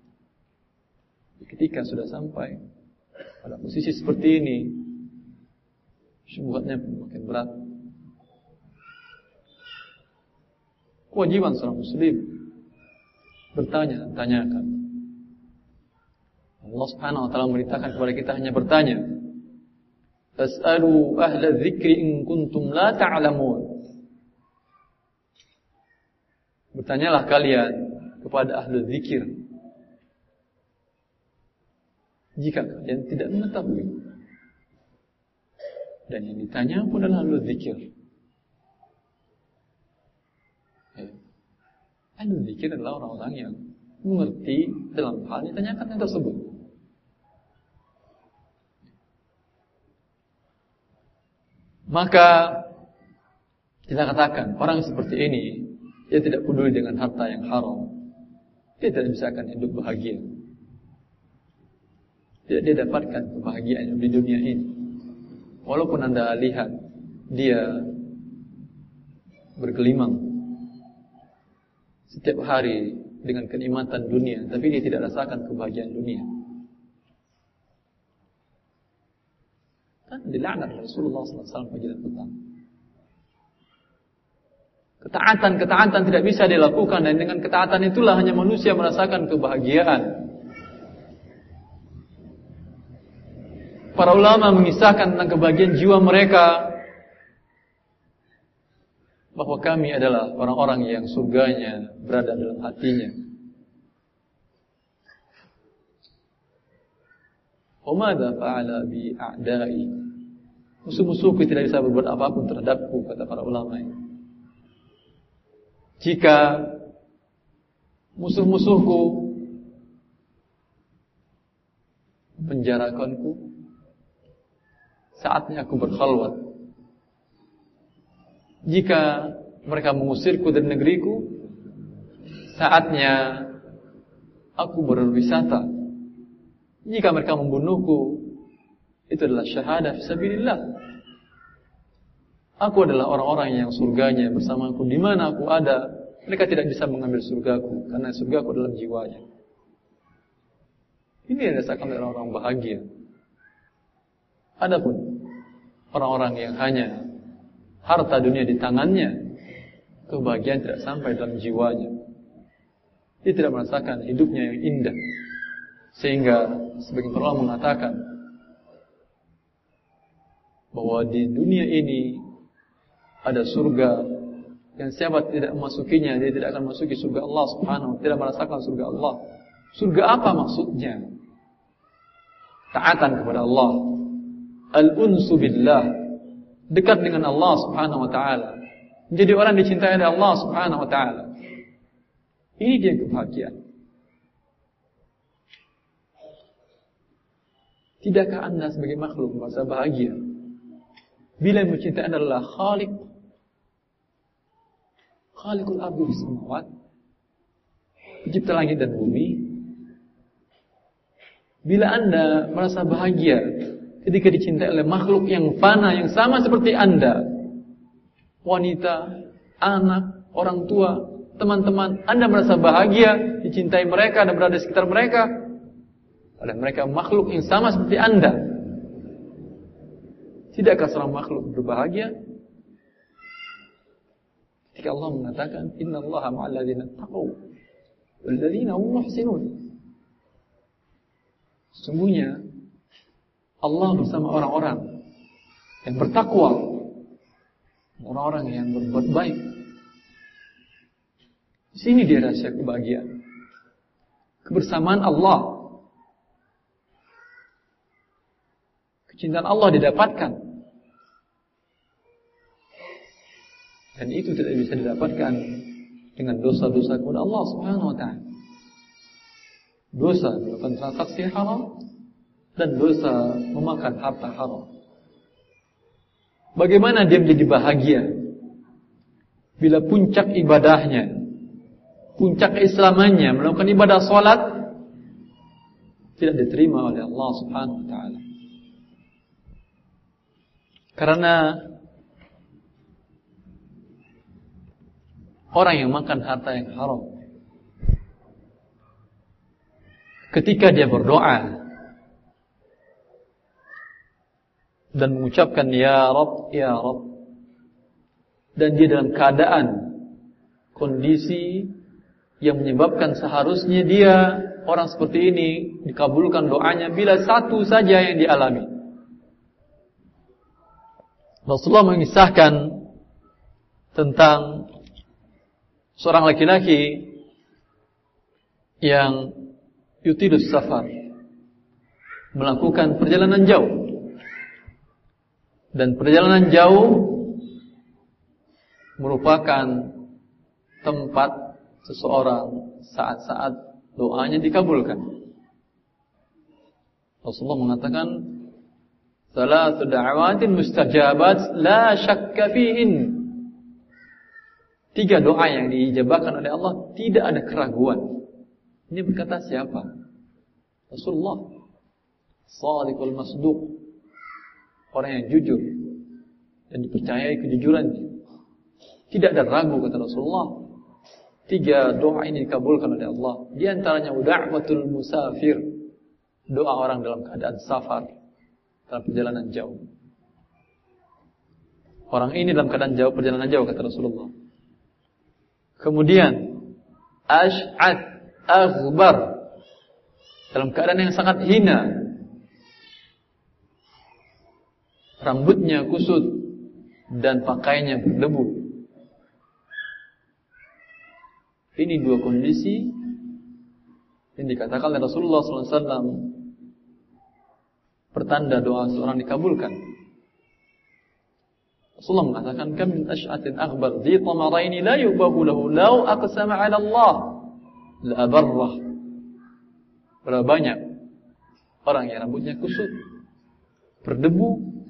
Ketika sudah sampai pada posisi seperti ini, syubhatnya makin berat. Kewajiban seorang muslim bertanya dan tanyakan. Allah Subhanahu wa taala memberitakan kepada kita hanya bertanya. Fas'alu ahla dzikri in kuntum la ta'lamun. Bertanyalah kalian kepada ahli zikir jika kalian tidak mengetahui. Dan yang ditanya pun adalah ahli zikir. Ahli zikir adalah orang-orang yang mengerti dalam hal yang ditanyakan yang tersebut. Maka Kita katakan orang seperti ini, dia tidak peduli dengan harta yang haram, dia tidak bisa akan hidup bahagia. Tidak dia dapatkan kebahagiaan di dunia ini. Walaupun Anda lihat dia bergelimang setiap hari dengan kenikmatan dunia, tapi dia tidak rasakan kebahagiaan dunia. Kan dilaknat Rasulullah SAW pagi dan petang. Ketaatan tidak bisa dilakukan, dan dengan ketaatan itulah hanya manusia merasakan kebahagiaan. Para ulama mengisahkan tentang kebahagiaan jiwa mereka, bahwa kami adalah orang-orang yang surganya berada dalam hatinya. Wamada fa'ala bi a'da'i. Musuh-musuhku tidak bisa berbuat apapun terhadapku, kata para ulama ini. Jika musuh-musuhku menjarakanku, saatnya aku berkhalwat. Jika mereka mengusirku dari negeriku, saatnya aku berwisata. Jika mereka membunuhku, itu adalah syahadah fisabilillah. Aku adalah orang-orang yang surganya bersamaku. Di mana aku ada, mereka tidak bisa mengambil surgaku, karena surgaku dalam jiwanya. Ini yang dirasakan oleh orang-orang bahagia. Adapun orang-orang yang hanya harta dunia di tangannya, kebahagiaan tidak sampai dalam jiwanya. Dia tidak merasakan hidupnya yang indah. Sehingga sebagian ulama mengatakan bahwa di dunia ini ada surga yang siapa tidak memasukinya, dia tidak akan masuki surga Allah Subhanahu wa taala, tidak merasakan surga Allah. Surga apa maksudnya? Taatan kepada Allah, al-unsu billah, dekat dengan Allah Subhanahu wa taala, menjadi orang dicintai oleh Allah Subhanahu wa taala. Ini dia kebahagiaan. Tidakkah Anda sebagai makhluk merasa bahagia bila yang mencintai Anda adalah Khaliqul ardi was samawat, pencipta langit dan bumi? Bila Anda merasa bahagia ketika dicintai oleh makhluk yang fana, yang sama seperti Anda, wanita, anak, orang tua, teman-teman, Anda merasa bahagia dicintai mereka dan berada di sekitar mereka, oleh mereka makhluk yang sama seperti Anda. Tidakkah seorang makhluk berbahagia ketika Allah mengatakan innallaha ma'al ladzina taqaw wal ladzina hum muhsinun? Sesungguhnya Allah bersama orang-orang yang bertakwa, orang-orang yang berbuat baik. Di sini dia rahasia kebahagiaan. Kebersamaan Allah, kecintaan Allah didapatkan, dan itu tidak bisa didapatkan dengan dosa-dosa kepada Allah Subhanahu wa taala. Dosa melakukan transaksi haram dan dosa memakan harta haram. Bagaimana dia menjadi bahagia bila puncak ibadahnya, puncak keislamannya, melakukan ibadah salat tidak diterima oleh Allah Subhanahu wa taala? Karena orang yang makan harta yang haram, ketika dia berdoa dan mengucapkan ya Rabb, ya Rabb, dan dia dalam keadaan kondisi yang menyebabkan seharusnya dia, orang seperti ini, dikabulkan doanya bila satu saja yang dialami. Rasulullah mengisahkan tentang seorang laki-laki yang yutilus safar, melakukan perjalanan jauh. Dan perjalanan jauh merupakan tempat seseorang saat-saat doanya dikabulkan. Rasulullah mengatakan, salatu da'awatin mustajabat la syakka fihin. 3 doa yang diijabahkan oleh Allah tidak ada keraguan. Ini berkata siapa? Rasulullah Shadiqul Masduq, orang yang jujur dan dipercayai kejujurannya. Tidak ada ragu, kata Rasulullah. 3 doa ini dikabulkan oleh Allah. Di antaranya da'watul musafir, doa orang dalam keadaan safar, dalam perjalanan jauh. Orang ini dalam keadaan jauh, perjalanan jauh, kata Rasulullah. Kemudian Ash'ad Aghbar, dalam keadaan yang sangat hina, rambutnya kusut dan pakaiannya berdebu. Ini 2 kondisi yang dikatakan oleh Rasulullah SAW pertanda doa seorang dikabulkan. Rasulullah mengatakan, kam min ash'atin aghbar dhi tamaraini la yubahu lahu law aqsama 'ala Allah la abarrah. Berapa banyak orang yang rambutnya kusut, berdebu,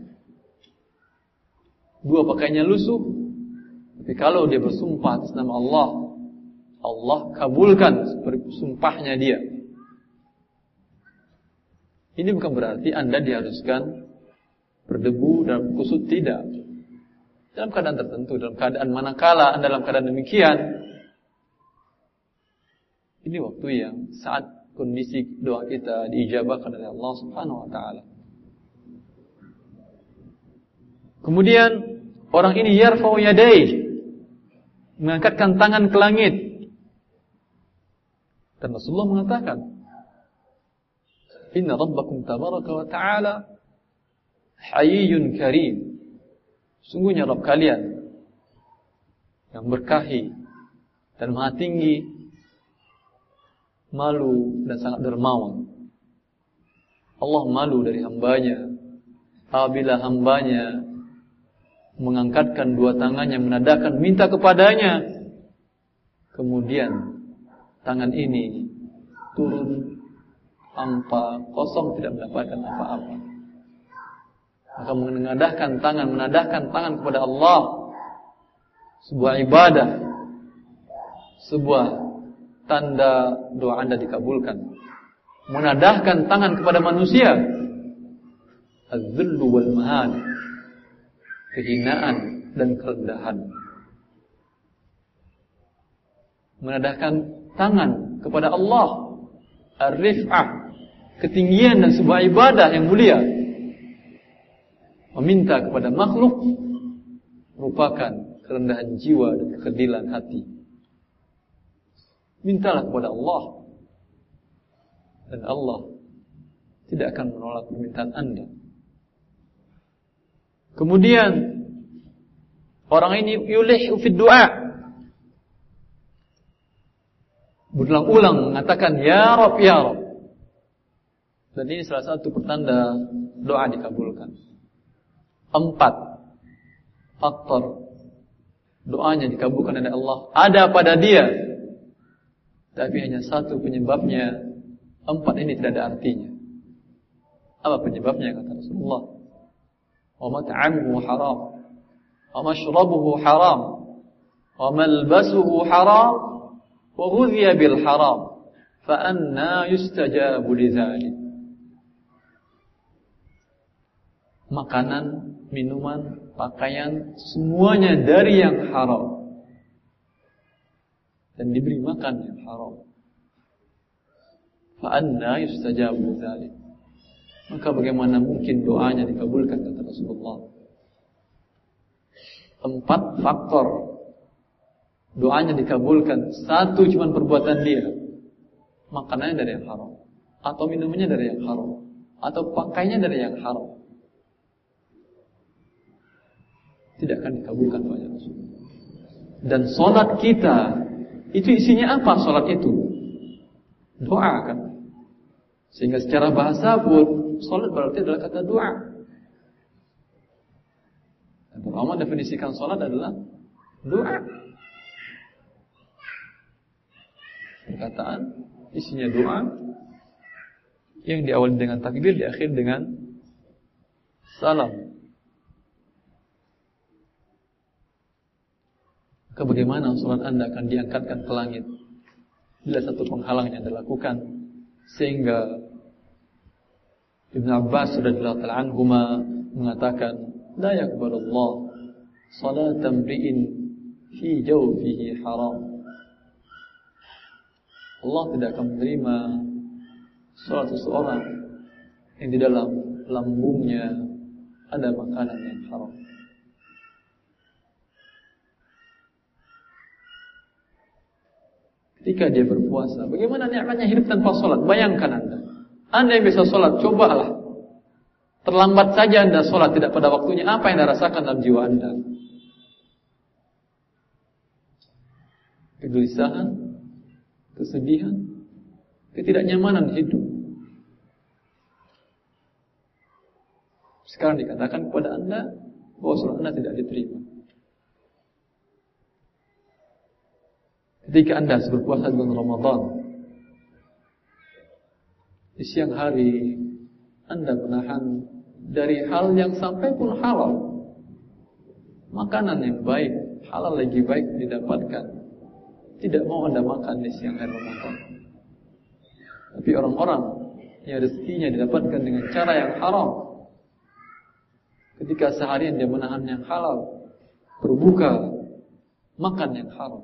2 pakaiannya lusuh, tapi kalau dia bersumpah atas nama Allah, Allah kabulkan sumpahnya dia. Ini bukan berarti Anda diharuskan berdebu dan kusut, tidak. Dalam keadaan tertentu, dalam keadaan manakala Anda dalam keadaan demikian, ini waktu yang saat kondisi doa kita diijabahkan oleh Allah Subhanahu wa taala. Kemudian orang ini yarfa'u yadayhi, mengangkatkan tangan ke langit. Dan Rasulullah mengatakan, inna rabbakum tabaraka wa ta'ala hayyun karim. Sungguhnya Rabb kalian yang berkahi dan maha tinggi, malu dan sangat dermawan. Allah malu dari hambanya apabila hambanya mengangkatkan 2 tangannya, menadahkan minta kepadanya, kemudian tangan ini turun hampa, kosong, tidak mendapatkan apa-apa. Maka menadahkan tangan kepada Allah, sebuah ibadah, sebuah tanda doa Anda dikabulkan. Menadahkan tangan kepada manusia, az-zullu wal mahan, kehinaan dan kerendahan. Menadahkan tangan kepada Allah, ar-rif'ah, ketinggian dan sebuah ibadah yang mulia. Meminta kepada makhluk merupakan kerendahan jiwa dan kekedilan hati. Mintalah kepada Allah, dan Allah tidak akan menolak permintaan Anda. Kemudian orang ini yulihu fid du'a, berulang-ulang mengatakan ya Rabb, ya Rabb. Dan ini salah satu pertanda doa dikabulkan. 4 faktor doanya dikabulkan oleh Allah ada pada dia, tapi hanya 1 penyebabnya. 4 ini tidak ada artinya. Apa penyebabnya? Kata Rasulullah, wa mat'amuhu haram, wa mashrabuhu haram, wa malbasuhu haram, wa ghudhiya bil haram, fa anna yustajabu lidzalik. Makanan, minuman, pakaian, semuanya dari yang haram, dan diberi makan yang haram. Fa anna yustajabu lidzalik. Maka bagaimana mungkin doanya dikabulkan, kata Rasulullah. 4 faktor doanya dikabulkan. 1 cuma perbuatan dia, makanannya dari yang haram, atau minumannya dari yang haram, atau pakainya dari yang haram, tidak akan dikabulkan doanya Rasulullah. Dan solat kita itu isinya apa? Solat itu doa kan. Sehingga secara bahasa pun solat berarti adalah kata doa. Dan pertama definisikan solat adalah doa. Perkataan isinya doa yang diawali dengan takbir, diakhir dengan salam. maka bagaimana salat Anda akan diangkatkan ke langit bila satu penghalang yang Anda lakukan? Sehingga Ibn Abbas radhiyallahu ta'ala anhuma mengatakan, la yaqbalullah salatan mri'in fi jawfihi haram. Allah tidak akan menerima salat seseorang yang di dalam lambungnya ada makanan yang haram. Ketika dia berpuasa, bagaimana nikmatnya hidup tanpa salat? Bayangkan Anda yang bisa salat, cobalah. Terlambat saja Anda salat tidak pada waktunya, apa yang Anda rasakan dalam jiwa Anda? Kegelisahan, kesedihan, ketidaknyamanan hidup. Sekarang dikatakan kepada Anda bahwa salat Anda tidak diterima. Ketika Anda berpuasa di bulan Ramadan, di siang hari Anda menahan dari hal yang sampai pun halal, makanan yang baik, halal lagi baik didapatkan, tidak mau Anda makan di siang hari Ramadan. Tapi orang-orang yang rezekinya didapatkan dengan cara yang haram, ketika seharian dia menahan yang halal, berbuka, makan yang haram.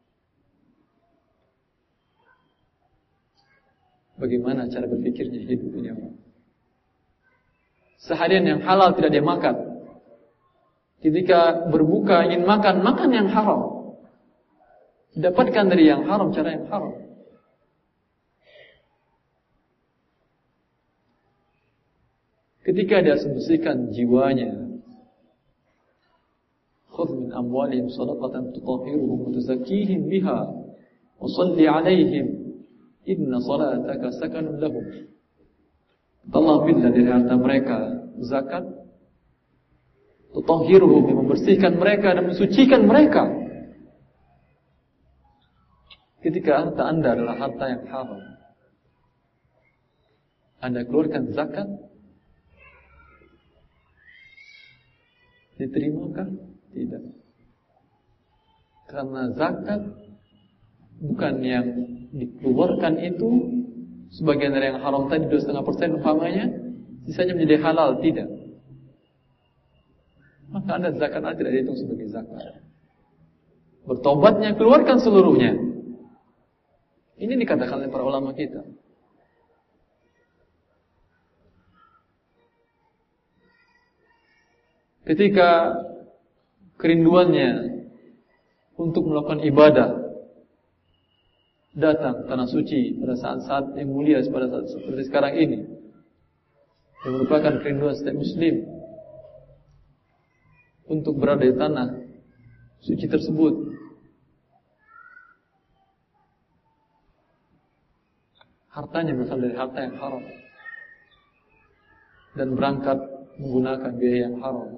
Bagaimana cara berpikirnya hidup ini orang? Seharian yang halal tidak dia makan. Ketika berbuka ingin makan, makan yang haram. Dapatkan dari yang haram, cara yang haram. Ketika dia membersihkan jiwanya, khudh min amwalihim shadaqatan tutahhiruhum wa tuzakkihim biha wa shalli 'alaihim inna salataka sakanun lahum. Allah ambillah dari harta mereka zakat, tutahhiruhum, membersihkan mereka dan mensucikan mereka. Ketika harta Anda adalah harta yang haram, Anda keluarkan zakat, diterimakah? Tidak. Karena zakat bukan yang dikeluarkan itu sebagian dari yang haram tadi 2,5% umpamanya, sisanya menjadi halal, tidak. Maka Anda zakat Anda tidak dihitung sebagai zakat. Bertobatnya keluarkan seluruhnya. Ini dikatakan oleh para ulama kita. Ketika kerinduannya untuk melakukan ibadah datang tanah suci pada saat-saat yang mulia pada saat seperti sekarang ini, yang merupakan kerinduan setiap muslim untuk berada di tanah suci tersebut, hartanya berasal dari harta yang haram dan berangkat menggunakan biaya yang haram.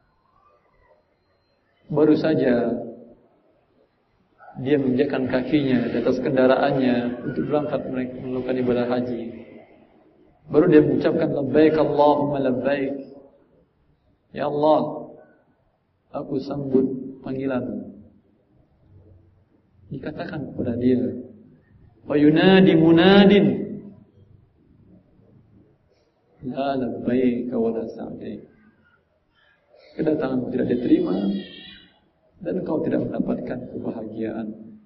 Baru saja dia menginjakkan kakinya di atas kendaraannya untuk berangkat melakukan ibadah haji, baru dia mengucapkan labbaik Allahumma labbaik, ya Allah, aku sambut panggilan. Dikatakan kepada dia, wa yunadi munadin, la labbaik wa la sa'daik. Kedatanganmu tidak diterima dan engkau tidak mendapatkan kebahagiaan.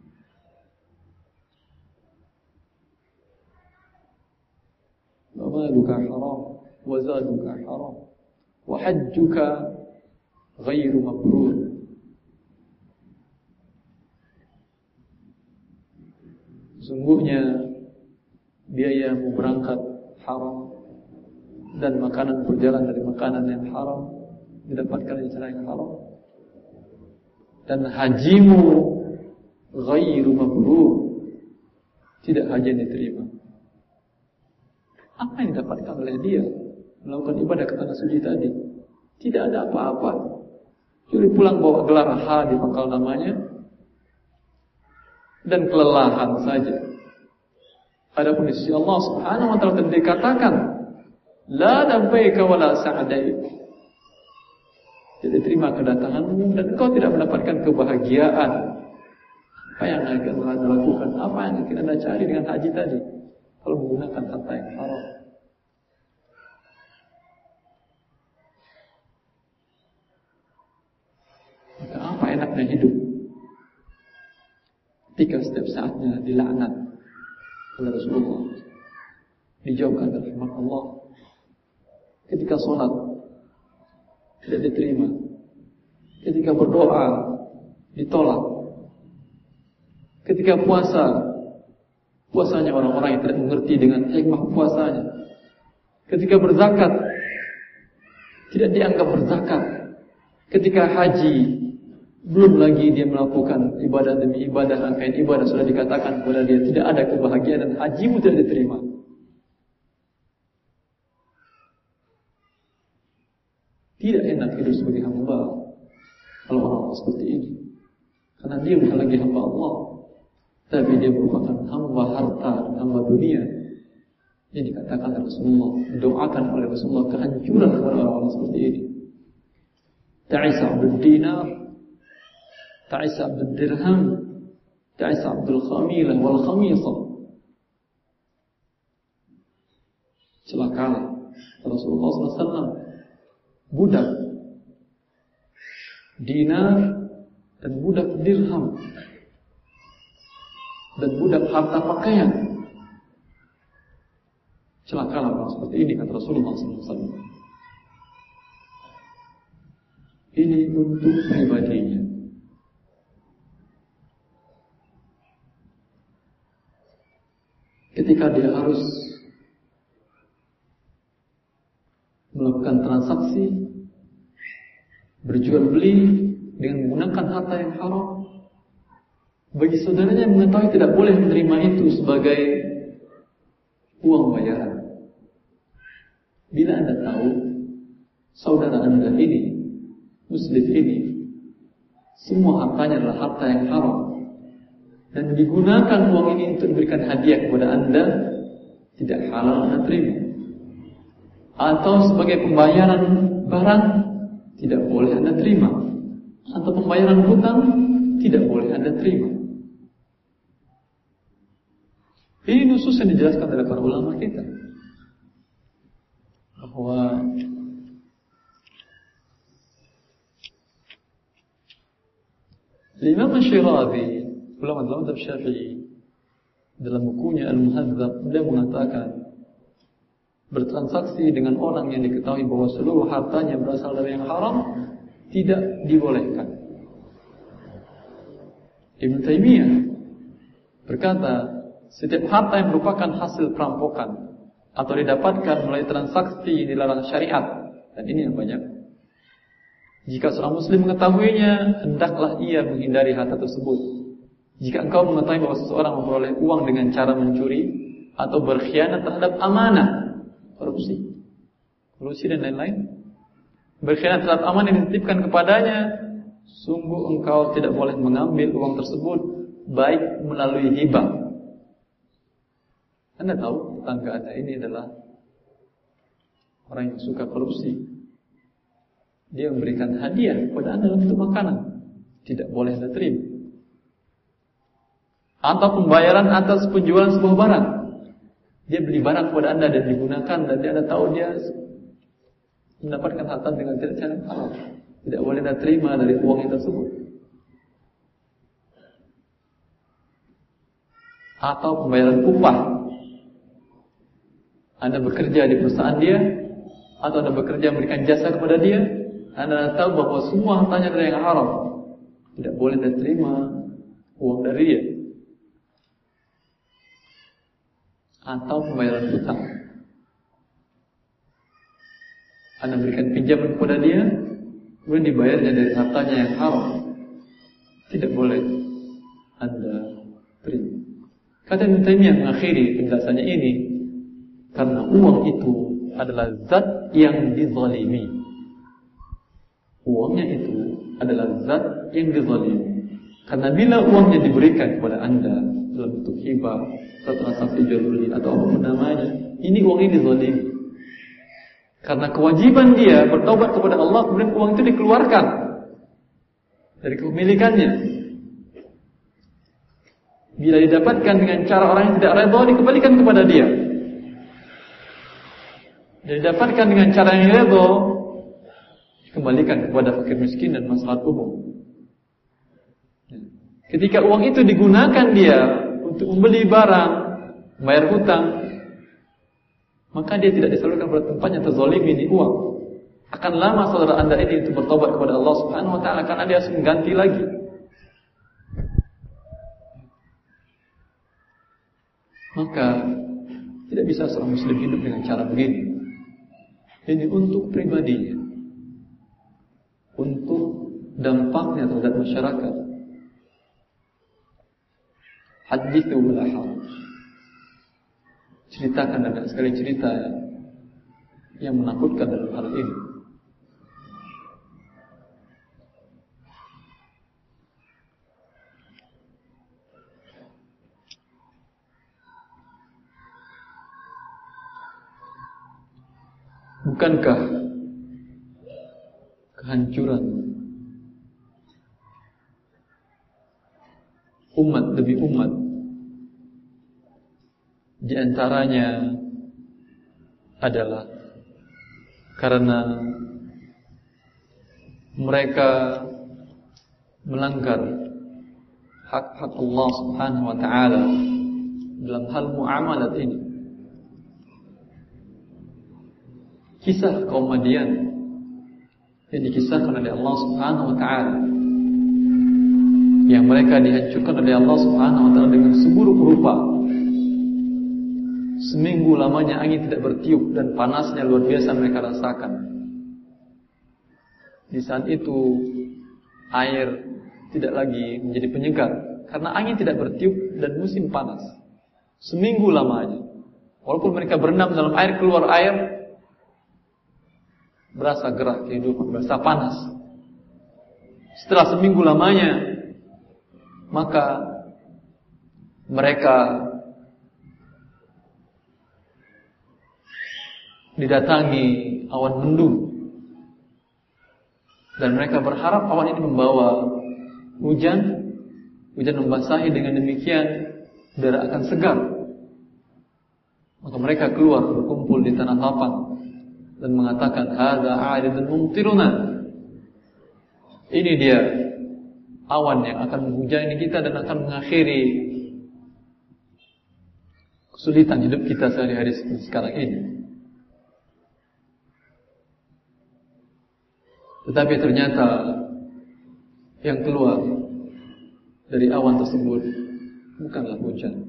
Wa maluka haram wa zaduka haram wa hajjuka ghairu mabrur. Sungguhnya biayamu berangkat haram dan makanan berjalan dari makanan yang haram didapatkan dari cara yang haram, dan hajimu ghairu mabrur, tidak haji yang diterima. Apa yang didapatkan oleh dia melakukan ibadah ke tanah suci tadi? Tidak ada apa-apa. Jadi pulang bawa gelar H di pangkal namanya dan kelelahan saja. Adapun di sisi Allah Subhanahu wa taala dikatakan la labbaika wa la sa'daik. tidak diterima kedatanganmu, dan engkau tidak mendapatkan kebahagiaan. Apa yang akan Anda lakukan? Apa yang akan Anda cari dengan haji tadi? Kalau menggunakan harta yang haram. Maka apa enaknya hidup ketika setiap saatnya dilaknat oleh Rasulullah, dijauhkan dari rahmat Allah, ketika sholat tidak diterima, ketika berdoa ditolak, ketika puasanya orang-orang yang tidak mengerti dengan hikmah puasanya, ketika berzakat tidak dianggap berzakat, ketika haji belum lagi dia melakukan ibadah demi ibadah, rangkaian ibadah sudah dikatakan kepada dia tidak ada kebahagiaan dan hajimu tidak diterima. Tidak enak hidup sebagai hamba kalau orang seperti ini, karena dia bukan lagi hamba Allah, tapi dia merupakan hamba harta dan hamba dunia. Yang dikatakan oleh Rasulullah, doakan oleh Rasulullah kehancuran kepada orang-orang seperti ini. Ta'isa abdul dinar, ta'isa abdul dirham, ta'isa abdul khamilah wal khamisah. Celakalah Rasulullah SAW, budak dinar dan budak dirham dan budak harta pakaian. Celakalah orang seperti ini, kata Rasulullah SAW. Ini untuk pribadinya. Ketika dia harus melakukan transaksi berjual beli dengan menggunakan harta yang haram, bagi saudaranya yang mengetahui tidak boleh menerima itu sebagai uang bayaran. Bila Anda tahu saudara Anda ini, muslim ini, semua hartanya adalah harta yang haram dan digunakan uang ini untuk diberikan hadiah kepada Anda, tidak halal Anda terima. Atau sebagai pembayaran barang, tidak boleh Anda terima. Atau pembayaran hutang, tidak boleh Anda terima. Ini nusus yang dijelaskan oleh para ulama kita, bahwa Imam Syirazi, ulama dalam mazhab Syafi'i, dalam bukunya Al-Muhadzab, beliau mengatakan bertransaksi dengan orang yang diketahui bahwa seluruh hartanya berasal dari yang haram tidak dibolehkan. Ibn Taimiyah berkata, setiap harta yang merupakan hasil perampokan atau didapatkan melalui transaksi dilarang syariat, dan ini yang banyak. Jika seorang muslim mengetahuinya, hendaklah ia menghindari harta tersebut. Jika engkau mengetahui bahwa seseorang memperoleh uang dengan cara mencuri atau berkhianat terhadap amanah, korupsi dan lain-lain, berkhianat terhadap amanah yang dititipkan kepadanya, sungguh engkau tidak boleh mengambil uang tersebut, baik melalui hibah. Anda tahu tetangga Anda ini adalah orang yang suka korupsi, dia memberikan hadiah kepada Anda dalam bentuk makanan, tidak boleh Anda terima. Atau pembayaran atas penjualan sebuah barang, dia beli barang kepada Anda dan digunakan, dan Anda tahu dia mendapatkan harta dengan tidak cara halal, tidak boleh Anda terima dari uang yang tersebut. Atau pembayaran upah, Anda bekerja di perusahaan dia, atau Anda bekerja memberikan jasa kepada dia, Anda tahu bahwa semua hartanya adalah yang haram, tidak boleh Anda terima uang dari dia. Atau pembayaran hutang, Anda berikan pinjaman kepada dia, kemudian dibayarnya dari hartanya yang haram, tidak boleh Anda terima. Kata Ibn Taimiyah mengakhiri penjelasannya ini, karena uang itu adalah zat yang dizalimi. Uangnya itu adalah zat yang dizalimi. Karena bila uangnya diberikan kepada Anda dalam bentuk hibah atau transaksi jual beli atau apapun namanya, ini uang ini dizalimi. Karena kewajiban dia bertobat kepada Allah, kemudian uang itu dikeluarkan dari kepemilikannya. Bila didapatkan dengan cara orang yang tidak redha, dikembalikan kepada dia. Bila didapatkan dengan cara yang redha, dikembalikan kepada fakir miskin dan maslahat umum. Ketika uang itu digunakan dia untuk membeli barang, membayar hutang, maka dia tidak disalurkan pada tempatnya terzalimi di uang. Akan lama saudara anda ini untuk bertobat kepada Allah Subhanahu Wa Taala, karena dia harus mengganti lagi. Maka tidak bisa seorang muslim hidup dengan cara begini. Ini untuk pribadinya, untuk dampaknya terhadap masyarakat. Hadithu wala haraj. Ceritakan, dan sekali cerita yang menakutkan dalam hal ini. Bukankah kehancuran umat demi umat, di antaranya adalah karena mereka melanggar hak-hak Allah Subhanahu Wa Taala dalam hal muamalat ini. Kisah kaum Madian yang dikisahkan oleh Allah Subhanahu Wa Taala, yang mereka dihancurkan oleh Allah Subhanahu Wa Taala dengan seburuk rupa. Seminggu lamanya angin tidak bertiup dan panasnya luar biasa mereka rasakan. Di saat itu air tidak lagi menjadi penyegar karena angin tidak bertiup dan musim panas. Seminggu lamanya, walaupun mereka berenam dalam air, keluar air, berasa gerah kehidupan, berasa panas. Setelah seminggu lamanya, maka mereka didatangi awan mendung, dan mereka berharap awan ini membawa hujan membasahi. Dengan demikian udara akan segar. Maka mereka keluar berkumpul di tanah lapang dan mengatakan, hadza 'aridun mumtiruna. Ini dia awan yang akan menghujani kita dan akan mengakhiri kesulitan hidup kita sehari-hari sekarang ini. Tetapi ternyata yang keluar dari awan tersebut bukanlah hujan,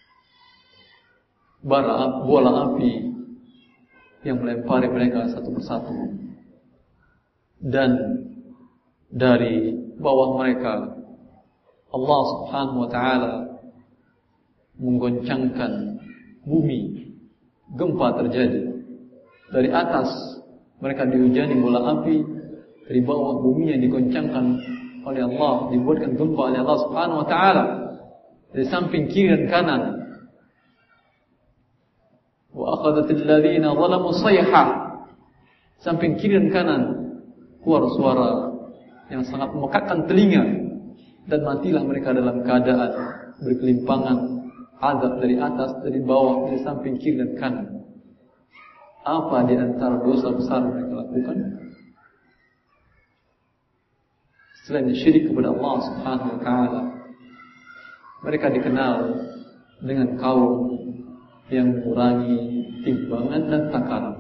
bola api yang melempari mereka satu persatu. Dan dari bawah mereka Allah Subhanahu Wa Taala menggoncangkan bumi, gempa terjadi. Dari atas mereka dihujani bola api, dari bawah bumi yang digoncangkan oleh Allah, dibuatkan gempa oleh Allah Subhanahu Wa Taala. Dari samping kiri dan kanan, wa akhadhatil ladzina zalamu sayhah, samping kiri dan kanan keluar suara yang sangat memekakkan telinga, dan matilah mereka dalam keadaan berkelimpangan azab dari atas, dari bawah, dari samping kiri dan kanan. Apa di antara dosa besar mereka lakukan selain syirik kepada Allah Subhanahu Wa Taala? Mereka dikenal dengan kaum yang mengurangi timbangan dan takaran.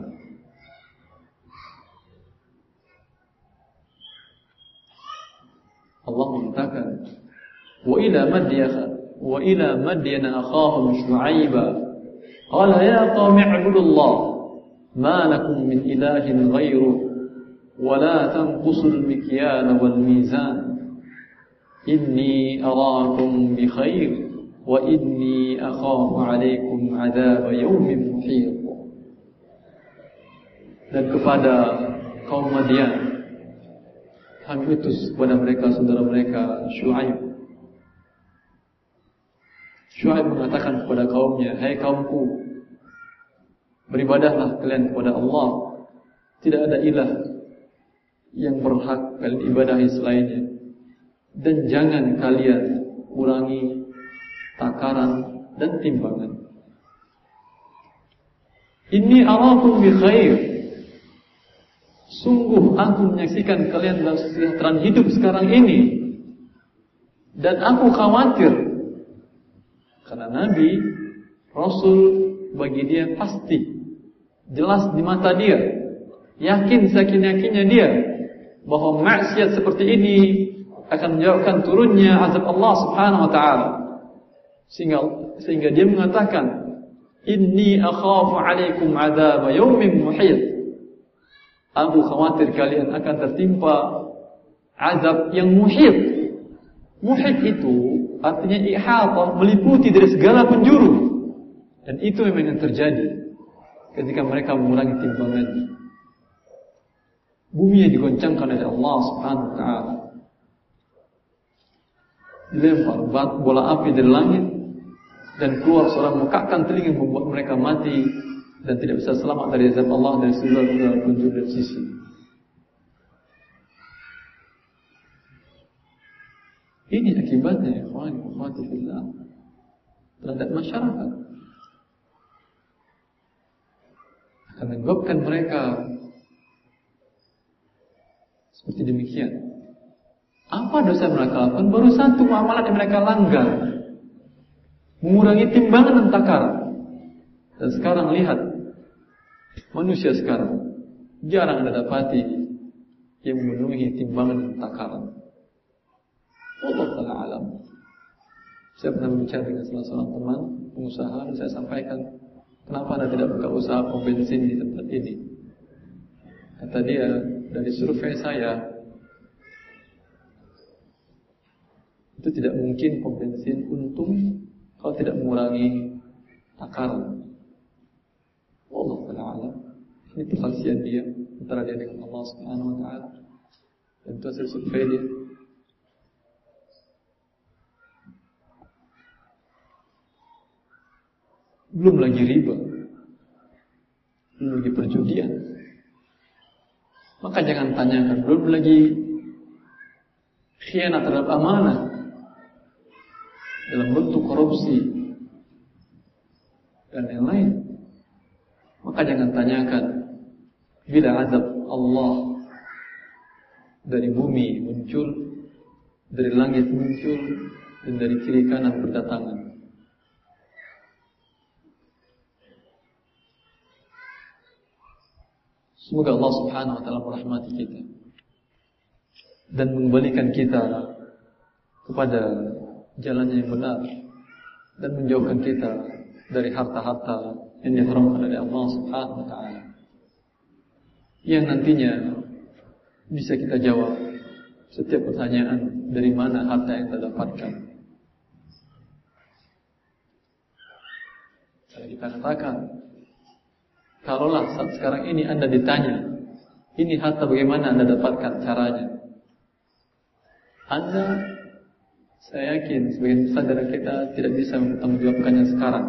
Allah mengatakan, wa ila madyana akhahum Shu'aiba qala ya qaumi ibudullah ma lakum min ilahin ghairuh wa la tanqusul mikyala wal mizan inni araakum bi khair wa inni akhafu alaikum adzab yaumin muhit. Dan kepada kaum Madian kami utus kepada mereka saudara mereka Shu'aib. Shu'aib mengatakan kepada kaumnya, hai kaumku, beribadahlah kalian kepada Allah Tidak ada ilah yang berhak kalian ibadahi selainnya. Dan jangan kalian kurangi takaran dan timbangan. Inni arakum bi khair. Sungguh aku menyaksikan kalian dalam kesejahteraan hidup sekarang ini. Dan aku khawatir karena Nabi, Rasul bagi dia pasti jelas di mata dia, yakin seyakin-yakinnya dia bahwa maksiat seperti ini akan menyebabkan turunnya azab Allah Subhanahu wa taala. Sehingga dia mengatakan, inni akhafu alaikum adzab yaumin muhit. Aku khawatir kalian akan tertimpa azab yang muhit. Muhit itu artinya ihata, meliputi dari segala penjuru. Dan itu memang yang terjadi ketika mereka mengurangi timbangannya. Bumi yang digoncangkan oleh Allah Subhanahu wa taala. Dilempar bola api dari langit dan keluar suara mekakkan telinga membuat mereka mati dan tidak bisa selamat dari azab Allah dari segala penjuru dan sisi. Ini akibatnya, ikhwan wa akhwati fillah, terhadap masyarakat. Akan menyebabkan mereka seperti demikian. Apa dosa mereka lakukan? Baru satu amalan yang mereka langgar, mengurangi timbangan dan takaran. Dan sekarang lihat, manusia sekarang jarang Anda dapati yang memenuhi timbangan dan takaran. Allah Ta'ala alam. Saya pernah berbicara dengan salah seorang teman pengusaha dan saya sampaikan, kenapa Anda tidak buka usaha pom bensin di tempat ini? Kata dia, dari survei saya, itu tidak mungkin pom bensin untung kalau tidak mengurangi takaran. Allah Ta'ala alam. Ini persaksian dia antara dia dengan Allah Subhanahu wa taala. Dan itu hasil survei dia. Belum lagi riba, belum lagi perjudian. Maka jangan tanyakan, belum lagi khianat terhadap amanah dalam bentuk korupsi dan yang lain. Maka jangan tanyakan bila azab Allah dari bumi muncul, dari langit muncul, dan dari kiri kanan berdatangan. Semoga Allah Subhanahu wa taala merahmati kita dan mengembalikan kita kepada jalan yang benar dan menjauhkan kita dari harta-harta yang diharamkan oleh Allah Subhanahu wa taala. Yang nantinya bisa kita jawab setiap pertanyaan, dari mana harta yang kita dapatkan. Kalau kita katakan, kalaulah saat sekarang ini Anda ditanya, ini harta bagaimana Anda dapatkan caranya? Anda, saya yakin sebagian besar dari kita tidak bisa mempertanggungjawabkannya sekarang.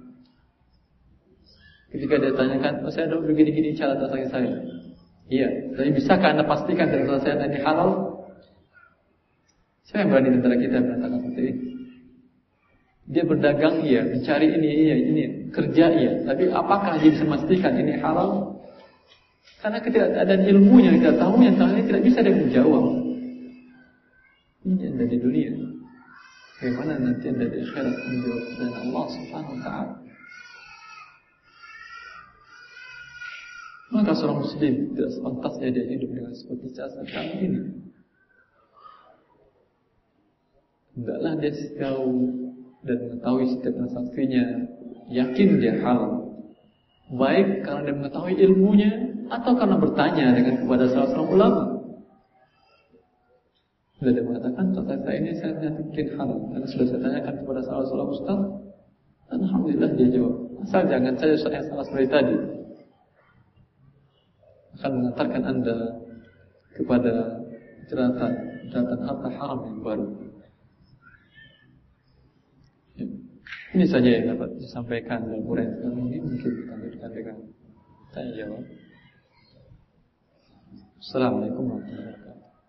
Ketika dia tanyakan, saya ada begini-gini cara transaksi saya. Iya, tapi bisakah Anda pastikan transaksi saya ini halal? Siapa yang berani antara kita mengatakan seperti ini? Dia berdagang, iya, mencari ini, iya, ini, kerja, iya. Tapi apakah dia bisa memastikan ini halal? Karena ketidakadaan ilmunya, tidak tahu yang tahu ini tidak bisa dia menjawab. Ini Anda di dunia. Bagaimana nanti Anda di akhirat menjawab dengan Allah Subhanahu wa taala? Maka seorang muslim tidak sepantasnya dia hidup dengan seperti saat kami ini. Hendaklah dia tahu dan mengetahui setiap transaksinya, yakin dia halal. Baik karena dia mengetahui ilmunya atau karena bertanya dengan kepada salah seorang ulama. Bila dia mengatakan transaksi ini saya yakin halal, karena sudah saya tanyakan kepada salah seorang ustaz, alhamdulillah dia jawab. Asal jangan saya yang salah seperti tadi, akan mengantarkan Anda kepada jeratan harta haram yang baru. Ini saja yang dapat disampaikan dalam uraian kali ini. Mungkin kita lanjutkan dengan tanya jawab. Assalamualaikum warahmatullahi wabarakatuh.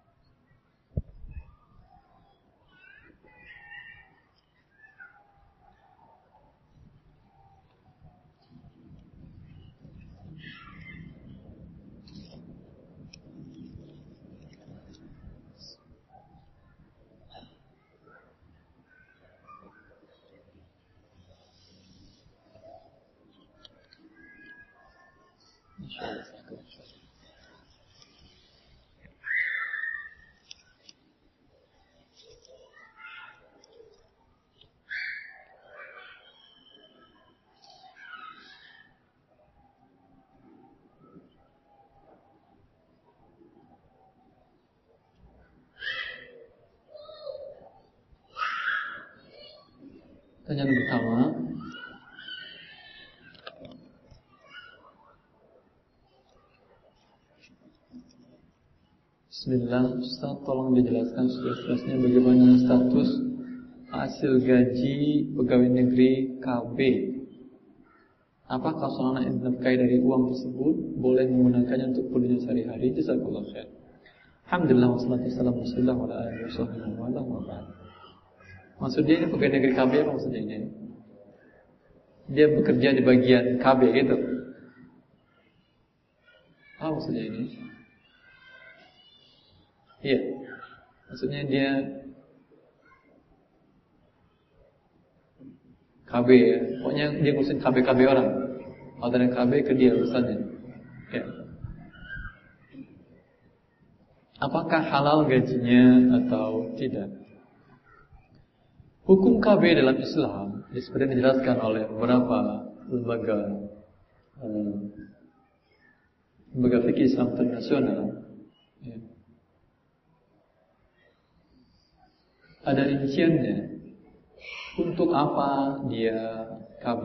Pertanyaan pertama, Bismillah, Ustaz, tolong dijelaskan jelasnya bagaimana status hasil gaji pegawai negeri KB. Apakah seorang yang dinafkahi dari uang tersebut boleh menggunakannya untuk keperluan sehari-hari? Jazakallahu khair. Alhamdulillah wassalatu wassalamu ala rasulillah wa ala alihi. Maksudnya ini pegawai negeri KB apa maksudnya ini? Dia bekerja di bagian KB gitu. Apa maksudnya ini? Iya. Maksudnya dia KB ya. Pokoknya dia ngurusin KB orang. Kalau dari KB ke dia urusannya. Ya. Apakah halal gajinya atau tidak? Hukum KB dalam Islam seperti dijelaskan oleh beberapa lembaga fikih Islam internasional, ya, ada rinciannya. Untuk apa dia KB?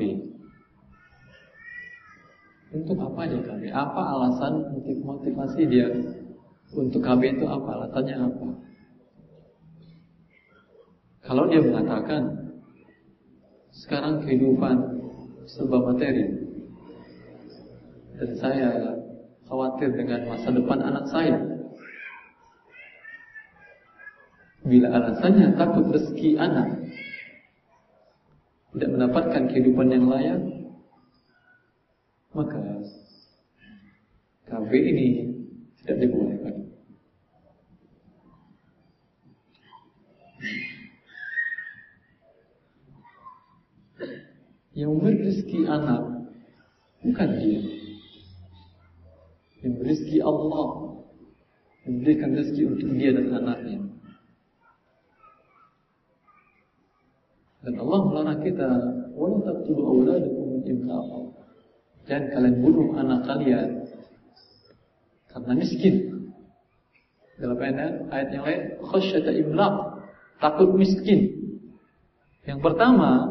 Untuk apa dia KB? Apa alasan motivasi dia untuk KB itu apa? Alasannya apa? Kalau dia mengatakan sekarang kehidupan serba materi dan saya khawatir dengan masa depan anak saya, bila alasannya takut rezeki anak tidak mendapatkan kehidupan yang layak, maka KB ini tidak dibolehkan. Yang memberi rezeki anak bukan dia. Yang memberi rezeki Allah, memberikan rezeki untuk dia dan anaknya. Dan Allah melarang kita, "Wala taqtulu awladakum min imlaq." Jangan kalian bunuh anak kalian karena miskin. Dalam ayat yang lain, khasyata imlaq, takut miskin. Yang pertama,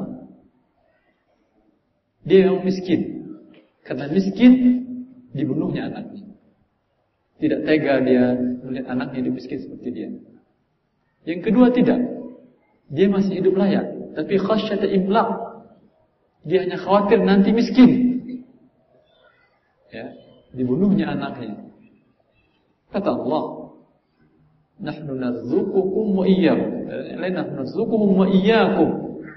dia yang miskin. Karena miskin, dibunuhnya anaknya. Tidak tega dia melihat anaknya hidup miskin seperti dia. Yang kedua tidak. Dia masih hidup layak. Tapi khasyata imlaq. Dia hanya khawatir nanti miskin. Ya, dibunuhnya anaknya. Kata Allah, "Nahnu narzuqukum wa iyyakum." Nahnu narzuquhum wa iyyakum.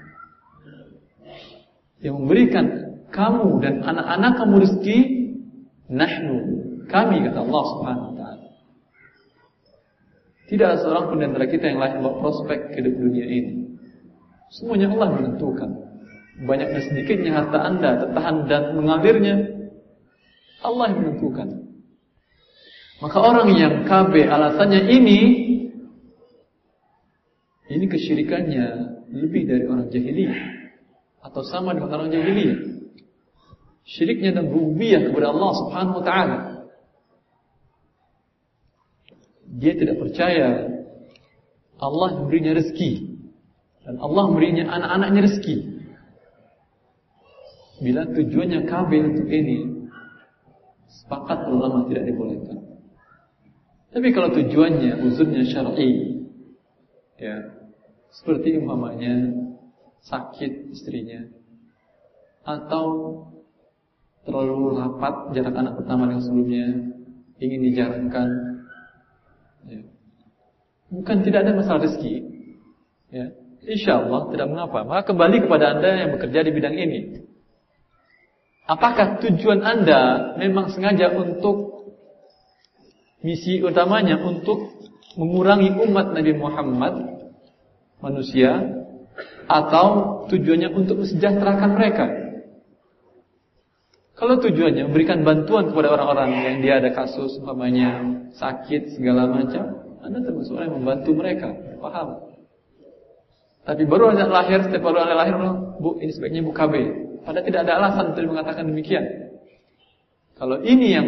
Yang memberikan kamu dan anak-anak kamu rezeki, nahnu, kami, kata Allah Subhanahu wa taala. Tidak ada seorang pun di antara kita yang lain bawa prospek hidup dunia ini. Semuanya Allah menentukan. Banyak dan sedikitnya harta Anda tertahan dan mengalirnya, Allah yang menentukan. Maka orang yang KB alasannya ini kesyirikannya lebih dari orang jahiliyah. Atau sama dengan orang jahiliyah. Syiriknya dan rububiyah kepada Allah Subhanahu wa taala. Dia tidak percaya Allah memberinya rezeki dan Allah memberinya anak-anaknya rezeki. Bila tujuannya KB untuk ini, sepakat ulama tidak dibolehkan. Tapi kalau tujuannya uzurnya syar'i, ya, seperti umpamanya sakit istrinya, atau terlalu rapat jarak anak pertama dengan sebelumnya, ingin dijarangkan, Ya. Bukan tidak ada masalah rezeki, ya. Insya Allah tidak mengapa. Maka kembali kepada Anda yang bekerja di bidang ini. Apakah tujuan Anda memang sengaja untuk misi utamanya untuk mengurangi umat Nabi Muhammad manusia, atau tujuannya untuk mensejahterakan mereka? Kalau tujuannya memberikan bantuan kepada orang-orang yang dia ada kasus umpamanya sakit segala macam, Anda termasuk orang yang membantu mereka, paham? Tapi baru anak lahir, setiap baru anak lahir, Bu, ini sebaiknya Bu KB. Padahal tidak ada alasan untuk mengatakan demikian. Kalau ini yang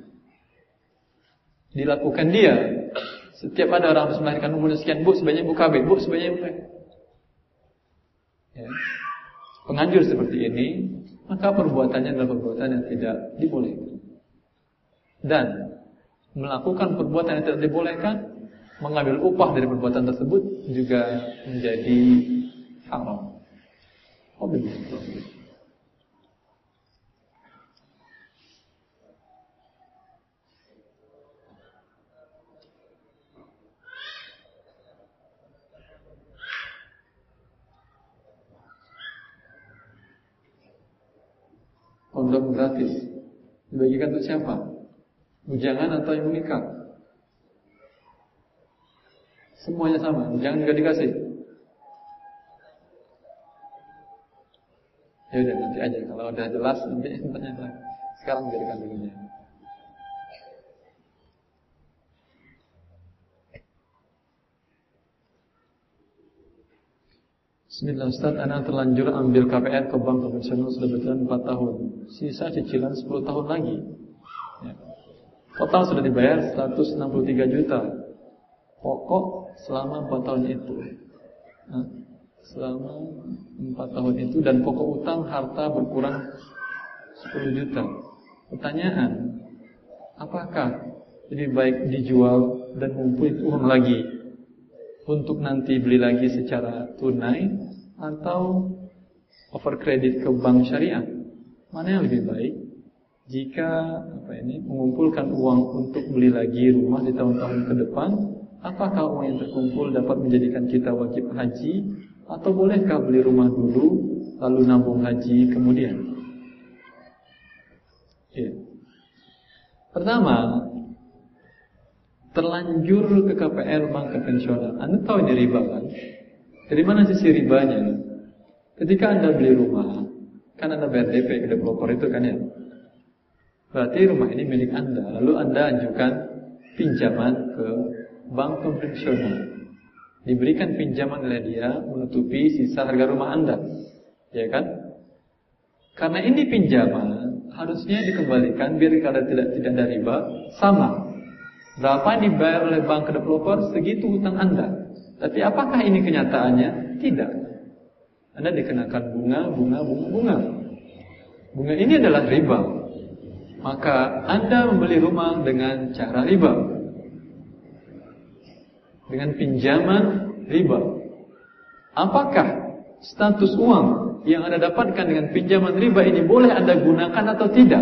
dilakukan dia, setiap ada orang harus melahirkan umur sekian, Bu, sebaiknya Bu KB, Bu, sebaiknya Bu KB. Ya. Penganjur seperti ini, maka perbuatannya adalah perbuatan yang tidak dibolehkan. Dan melakukan perbuatan yang tidak dibolehkan, mengambil upah dari perbuatan tersebut juga menjadi haram. Kondom gratis dibagikan untuk siapa? Bujangan atau yang menikah? Semuanya sama, jangan juga dikasih. Ya udah nanti aja, kalau udah jelas nanti tanya. Sekarang biarkan dulunya. Bismillah Ustaz, ana terlanjur ambil KPR ke bank konvensional sudah berjalan 4 tahun. Sisa cicilan 10 tahun lagi. Ya. Total sudah dibayar 163 juta. Pokok selama 4 tahun itu. Selama 4 tahun itu, dan pokok utang harta berkurang 10 juta. Pertanyaan, apakah lebih baik dijual dan ngumpulin uang lagi untuk nanti beli lagi secara tunai, atau over kredit ke bank syariah? Mana yang lebih baik? Jika mengumpulkan uang untuk beli lagi rumah di tahun-tahun ke depan, apakah uang yang terkumpul dapat menjadikan kita wajib haji, atau bolehkah beli rumah dulu lalu nabung haji kemudian? Ya. Pertama, terlanjur ke KPR bank konvensional. Anda tahu ini riba kan? Dari mana sisi ribanya? Ketika Anda beli rumah, kan Anda bayar DP ke developer itu kan ya? Berarti rumah ini milik Anda. Lalu Anda ajukan pinjaman ke bank konvensional. Diberikan pinjaman oleh dia menutupi sisa harga rumah Anda. Ya kan? Karena ini pinjaman, harusnya dikembalikan biar kalau tidak ada riba, sama. Berapa yang dibayar oleh bank ke developer, segitu hutang Anda. Tapi apakah ini kenyataannya? Tidak. Anda dikenakan bunga. Bunga ini adalah riba. Maka Anda membeli rumah dengan cara riba, dengan pinjaman riba. Apakah status uang yang Anda dapatkan dengan pinjaman riba ini boleh Anda gunakan atau tidak?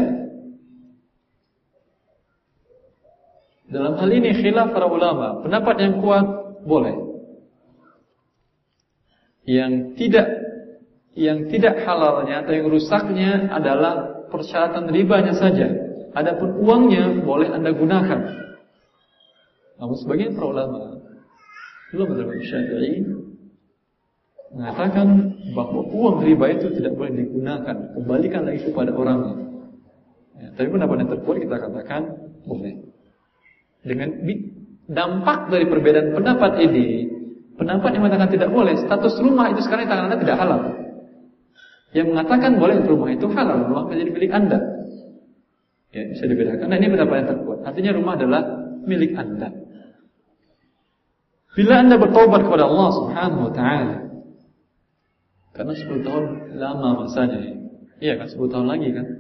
Dalam hal ini khilaf para ulama. Pendapat yang kuat boleh. Yang tidak halalnya atau yang rusaknya adalah persyaratan ribanya saja. Adapun uangnya boleh Anda gunakan. Namun sebagian para ulama, belum mazhab Syafi'i, mengatakan bahwa uang riba itu tidak boleh digunakan, kembalikan lagi kepada orangnya. Ya, tapi pendapat yang terkuat kita katakan boleh. Dengan dampak dari perbedaan pendapat ini, pendapat yang mengatakan tidak boleh, status rumah itu sekarang di tangan Anda tidak halal. Yang mengatakan boleh rumah itu halal, rumah menjadi milik Anda. Ya, bisa dibedakan. Nah, ini pendapat yang terkuat. Artinya rumah adalah milik Anda. Bila Anda bertobat kepada Allah Subhanahu wa taala, karena 10 tahun lama masanya. Iya kan, 10 tahun lagi kan?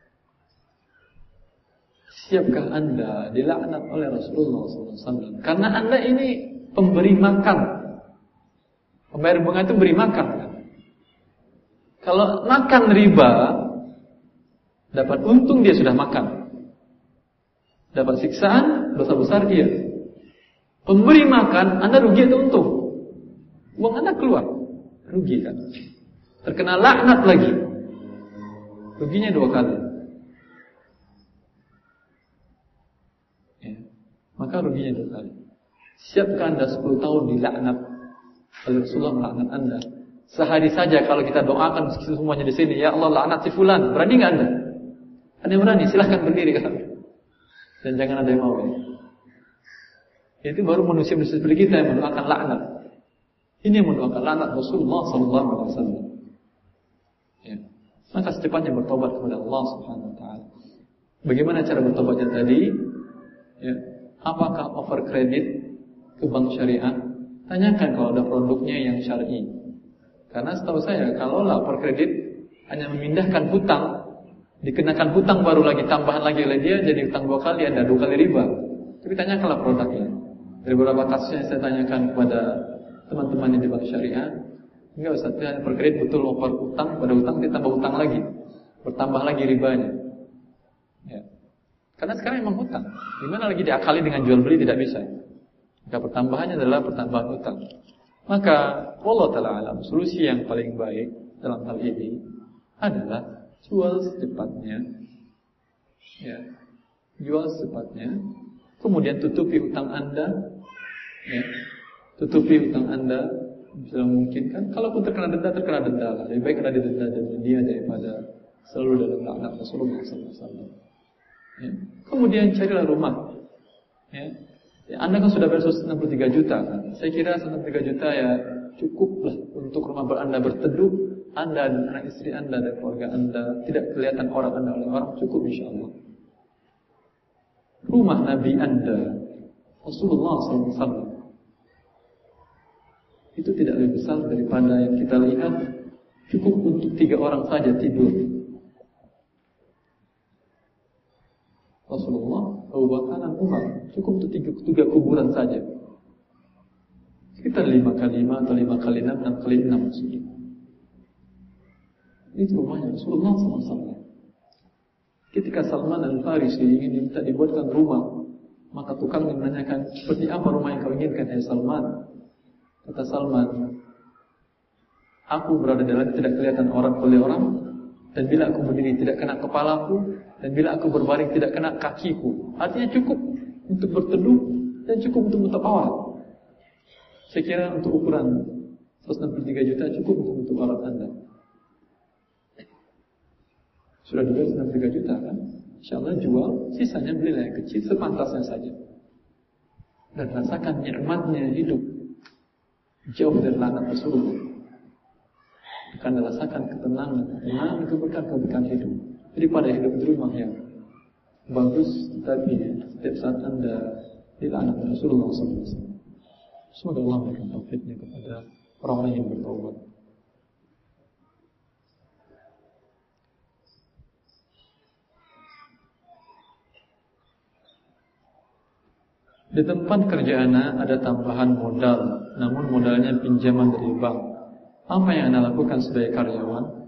Siapkah Anda dilaknat oleh Rasulullah SAW? Karena Anda ini pemberi makan. Pembayar bunga itu beri makan kan? Kalau makan riba, dapat untung dia sudah makan. Dapat siksaan, dosa besar iya. Pemberi makan, Anda rugi atau untung? Uang Anda keluar, rugi kan? Terkena laknat lagi, ruginya 2 kali. Ya. Maka ruginya 2 kali. Siapkah Anda 10 tahun dilaknat oleh Rasulullah melaknat Anda? Sehari saja kalau kita doakan semuanya di sini, ya Allah laknat si fulan, berani nggak Anda? Ada yang berani? Silahkan berdiri kan? Dan jangan ada yang mau. Ya. Itu baru manusia seperti kita yang mendoakan laknat. Ini yang mendoakan laknat Rasulullah SAW. Ya. Maka secepatnya bertobat kepada Allah Subhanahu Wa Taala. Bagaimana cara bertobatnya tadi? Ya. Apakah over kredit ke bank syariah? Tanyakan kalau ada produknya yang syar'i. Karena setahu saya, kalau over kredit hanya memindahkan hutang, dikenakan hutang baru lagi, tambahan lagi oleh dia, jadi hutang 2 kali, ada 2 kali riba. Tapi tanyakanlah produknya. Dari beberapa kasus yang saya tanyakan kepada teman-teman yang di bank syariah, enggak Ustaz, hanya per kredit betul over hutang, pada hutang ditambah hutang lagi, bertambah lagi ribanya. Ya. Karena sekarang memang hutang, gimana lagi diakali dengan jual beli, tidak bisa. Maka pertambahannya adalah pertambahan hutang. Maka Allah Ta'ala alam, solusi yang paling baik dalam hal ini adalah jual secepatnya. Ya. Jual secepatnya, kemudian tutupi hutang Anda. Ya. Tutupi hutang Anda bisa memungkinkan. Kalaupun terkena denda lah. Lebih baik ada denda dan dunia daripada selalu dalam laknat Rasulullah SAW. Ya. Kemudian carilah rumah. Ya. Ya, Anda kan sudah bayar 63 juta kan? Saya kira 63 juta ya cukuplah untuk rumah Anda berteduh, Anda dan anak istri Anda dan keluarga Anda, tidak kelihatan orang Anda oleh orang, cukup insyaAllah. Rumah Nabi Anda Rasulullah SAW itu tidak lebih besar daripada yang kita lihat, cukup untuk 3 orang saja tidur. Rasulullah, Abu Bakar dan Umar, cukup untuk 3 kuburan saja. Sekitar 5 kali 5 atau 5 kali 6, 6 kali 6 maksudnya. Itu rumahnya Rasulullah SAW. Ketika Salman Al-Farisi ingin diminta dibuatkan rumah, maka tukang menanyakan, seperti apa rumah yang kau inginkan, ya Salman? Kata Salman, aku berada di dalam tidak kelihatan orang oleh orang, dan bila aku berdiri tidak kena kepalaku, dan bila aku berbaring tidak kena kakiku. Artinya cukup untuk berteduh dan cukup untuk bertawaf. Saya kira untuk ukuran 163 juta cukup untuk alat Anda. Sudah dijual 63 juta kan? InsyaAllah jual, sisanya belilah yang kecil sepantasnya saja. Dan rasakan nikmatnya hidup jauh dari laknat Rasulullah. Akan rasakan ketenangan keberkahan hidup. Daripada hidup di rumah yang bagus, tetapi setiap saat Anda dilaknat Rasulullah SAW. Semoga Allah memberikan taufiknya kepada orang-orang yang bertaubat. Di tempat kerja Anda ada tambahan modal, namun modalnya pinjaman dari bank. Apa yang Anda lakukan sebagai karyawan?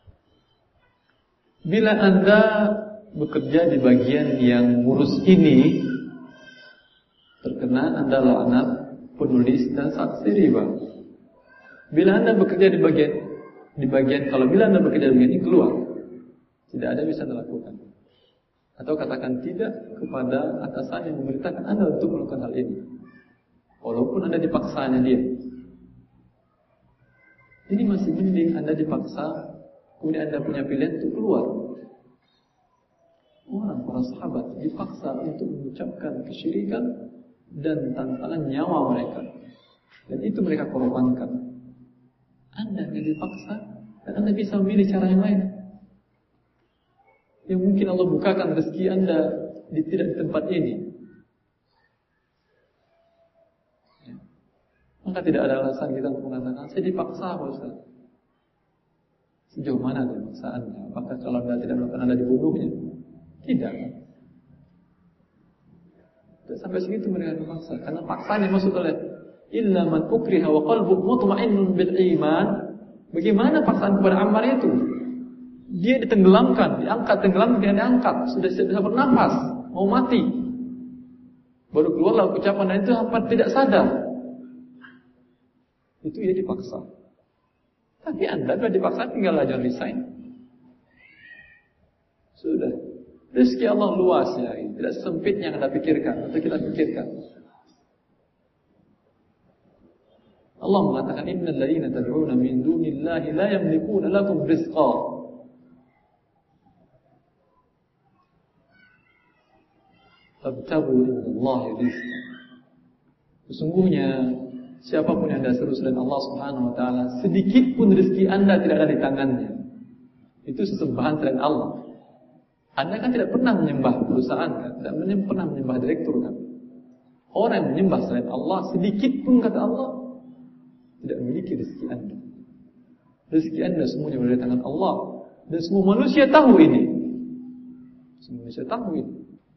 Bila Anda bekerja di bagian yang ngurus ini, terkena Anda laknat penulis dan saksi riba. Bila Anda bekerja di bagian kalau bila Anda bekerja di bagian ini keluar, tidak ada bisa Anda lakukan. Atau katakan tidak kepada atasan yang memerintahkan Anda untuk melakukan hal ini, walaupun Anda dipaksanya dia. Ini masih mending Anda dipaksa, kemudian Anda punya pilihan untuk keluar. Para sahabat dipaksa untuk mengucapkan kesyirikan dan tantangan nyawa mereka, dan itu mereka korbankan. Anda yang dipaksa, dan Anda bisa memilih cara yang lain, yang mungkin Allah bukakan rezeki Anda tidak di tempat ini. Ya. Maka tidak ada alasan kita untuk mengatakan saya dipaksa, Pak Ustaz. Sejauh mana paksaan? Apakah kalau Anda tidak melakukan Anda dibunuhnya? Tidak. Sampai segitu mereka dipaksa. Karena paksaan yang maksud oleh illa man ukriha wa qalbuhu mutma'innun bil iman. Bagaimana paksaan kepada Ammar itu? Dia ditenggelamkan, diangkat, tenggelam, dia diangkat, sudah bisa bernafas, mau mati. Baru keluarlah ucapan dan itu hampir tidak sadar. Itu ia dipaksa. Tapi Anda sudah dipaksa, tinggal aja resign. Sudah. Rezeki Allah luas ya, tidak sempit yang Anda pikirkan atau kita pikirkan. Allah mengatakan innal ladzina tad'una min dunillahi la yamlikuna lakum rizqa. Tabtagu indallahi rizqa. Sesungguhnya siapapun yang Anda seru selain Allah Subhanahu wa taala, sedikit pun rezeki Anda tidak ada di tangannya. Itu sesembahan selain Allah. Anda kan tidak pernah menyembah perusahaan kan, tidak pernah menyembah direktur kan. Orang yang menyembah selain Allah, sedikit pun kata Allah tidak memiliki rezeki Anda. Rezeki Anda semuanya berada di tangan Allah. Dan semua manusia tahu ini. Semua manusia tahu ini.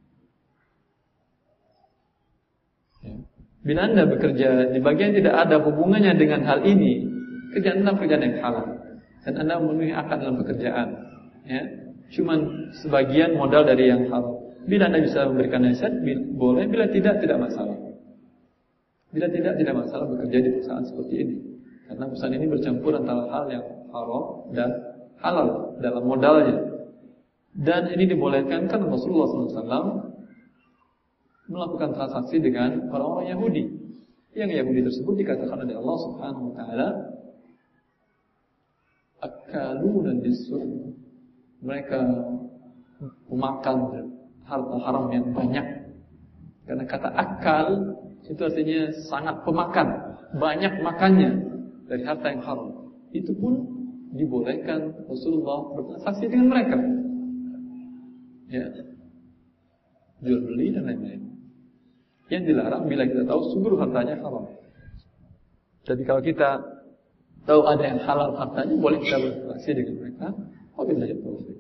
Ya. Bila Anda bekerja di bagian tidak ada hubungannya dengan hal ini, kerjaan Anda pekerjaan yang halal. Dan Anda memenuhi akad dalam pekerjaan. Ya. Cuman sebagian modal dari yang halal. Bila Anda bisa memberikan nasihat, boleh. Bila tidak, tidak masalah. Bila tidak masalah bekerja di perusahaan seperti ini. Karena perusahaan ini bercampur antara hal yang haram dan halal dalam modalnya. Dan ini dibolehkan karena Rasulullah SAW melakukan transaksi dengan orang-orang Yahudi. Yang Yahudi tersebut dikatakan oleh Allah Subhanahu wa taala akaluna bis-suhd. Mereka memakan harta haram yang banyak. Karena kata akal itu artinya sangat pemakan, banyak makannya dari harta yang haram. Itu pun dibolehkan Rasulullah bertransaksi dengan mereka. Ya. Jual beli dan lain-lain. Yang dilarang bila kita tahu sumber hartanya haram. Jadi kalau kita tahu ada yang halal hartanya, boleh kita bertransaksi dengan mereka. Wabillahi taufiq.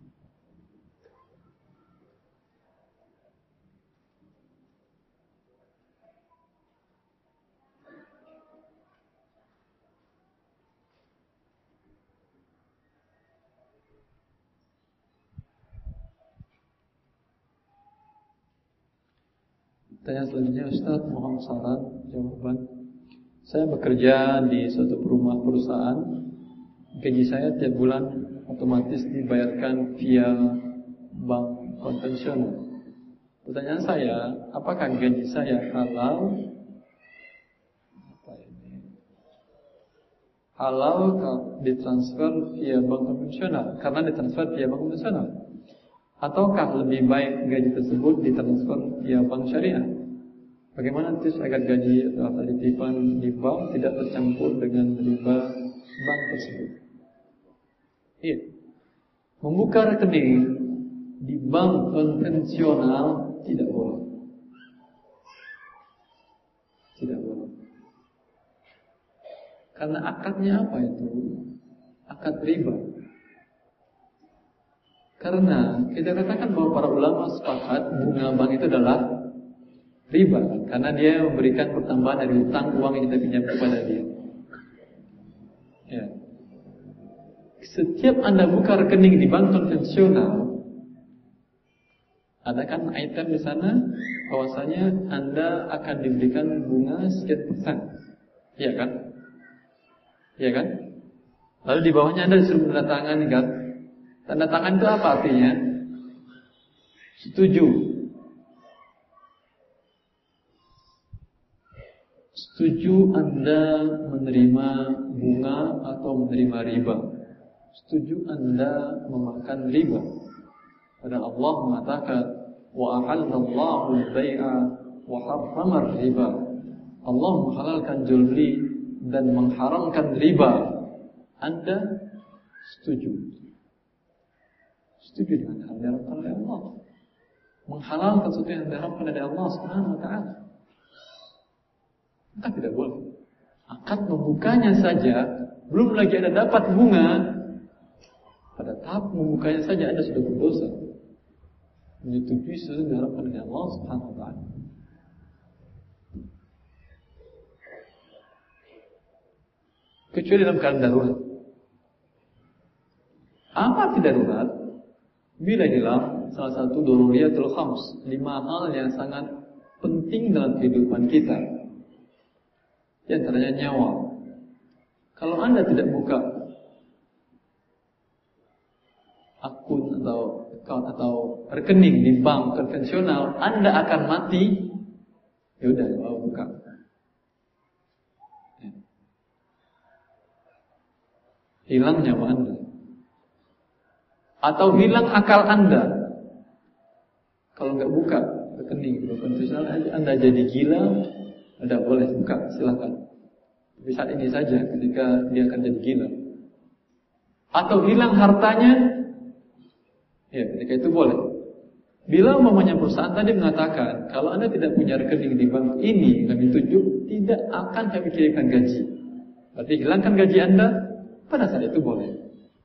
Tanya selanjutnya, Ustaz, mohon saran jawaban. Saya bekerja di suatu perusahaan. Gaji saya tiap bulan otomatis dibayarkan via bank konvensional. Pertanyaan saya, apakah gaji saya halal? Halal ditransfer via bank konvensional? Karena ditransfer via bank konvensional. Ataukah lebih baik gaji tersebut ditransfer via bank syariah? Bagaimana tips agar gaji atau titipan di bank tidak tercampur dengan riba bank tersebut? Iya. Membuka rekening di bank konvensional tidak boleh. Tidak boleh. Karena akadnya apa itu? Akad riba. Karena kita katakan bahwa para ulama sepakat bunga bank itu adalah riba, karena dia memberikan pertambahan dari hutang uang yang kita pinjam kepada dia. Ya. Setiap Anda buka rekening di bank konvensional, ada kan item di sana bahwasanya Anda akan diberikan bunga sekian persen. Iya kan? Iya kan? Lalu di bawahnya Anda disuruh tanda tangan kan? Tanda tangan itu apa artinya? Setuju. Setuju Anda menerima bunga atau menerima riba. Setuju Anda memakan riba. Padahal Allah mengatakan wa ahallallahu al-bai'a wa harrama riba. Allah menghalalkan jual beli dan mengharamkan riba. Anda setuju. Setuju dengan hal yang diharamkan oleh Allah. Menghalalkan sesuatu yang diharamkan oleh Allah Subhanahu wa taala. Maka tidak boleh. Akad membukanya saja, belum lagi Anda dapat bunga, pada tahap membukanya saja Anda sudah berdosa. Menyetujui sesuatu yang diharamkan oleh Allah Subhanahu wa taala. Kecuali dalam keadaan darurat. Apa arti darurat? Bila hilang salah satu daruriyatul khams, 5 hal yang sangat penting dalam kehidupan kita. Di antaranya nyawa. Kalau Anda tidak buka akun atau account atau rekening di bank konvensional, Anda akan mati. Ya udah, kalau buka. Hilang nyawa Anda. Atau hilang akal Anda. Kalau nggak buka rekening konvensional, Anda jadi gila. Anda boleh buka, silakan. Tapi saat ini saja ketika dia akan jadi gila. Atau hilang hartanya, ya ketika itu boleh. Bila umpamanya perusahaan tadi mengatakan, kalau Anda tidak punya rekening di bank ini, kami tunjuk, tidak akan kami kirimkan gaji. Berarti hilangkan gaji Anda, pada saat itu boleh.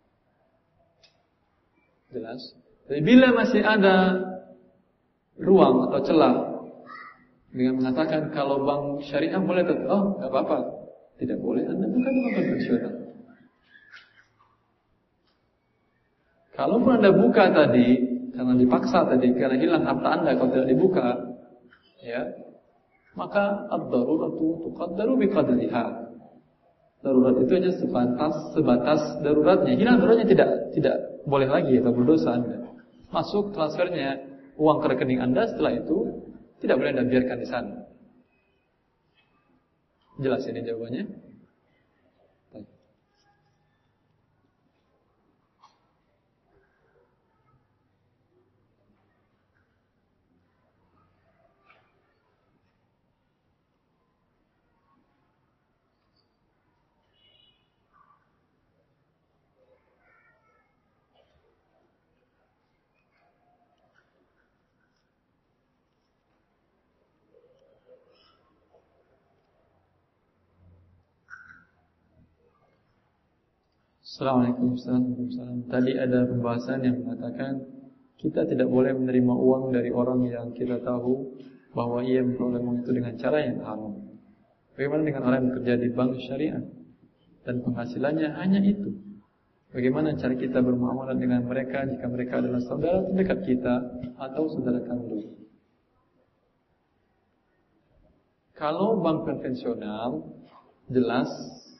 Jelas? Jadi bila masih ada ruang atau celah dengan mengatakan kalau bank syariah boleh tetap, oh nggak apa-apa, tidak boleh, Anda bukan bank konvensional. Kalaupun Anda buka tadi karena dipaksa tadi, karena hilang harta Anda kalau tidak dibuka, ya, maka ad-daruratu tuqaddaru biqadriha. Darurat itu hanya sebatas daruratnya. Hilang daruratnya tidak boleh lagi atau berdosa Anda. Masuk transfernya uang ke rekening Anda, setelah itu tidak boleh Anda biarkan di sana. Jelas ini jawabannya? Assalamualaikum warahmatullahi wabarakatuh. Tadi ada pembahasan yang mengatakan kita tidak boleh menerima uang dari orang yang kita tahu bahwa ia memperoleh uang itu dengan cara yang haram. Bagaimana dengan orang yang bekerja di bank syariah dan penghasilannya hanya itu? Bagaimana cara kita bermuamalah dengan mereka jika mereka adalah saudara terdekat kita atau saudara kandung? Kalau bank konvensional, jelas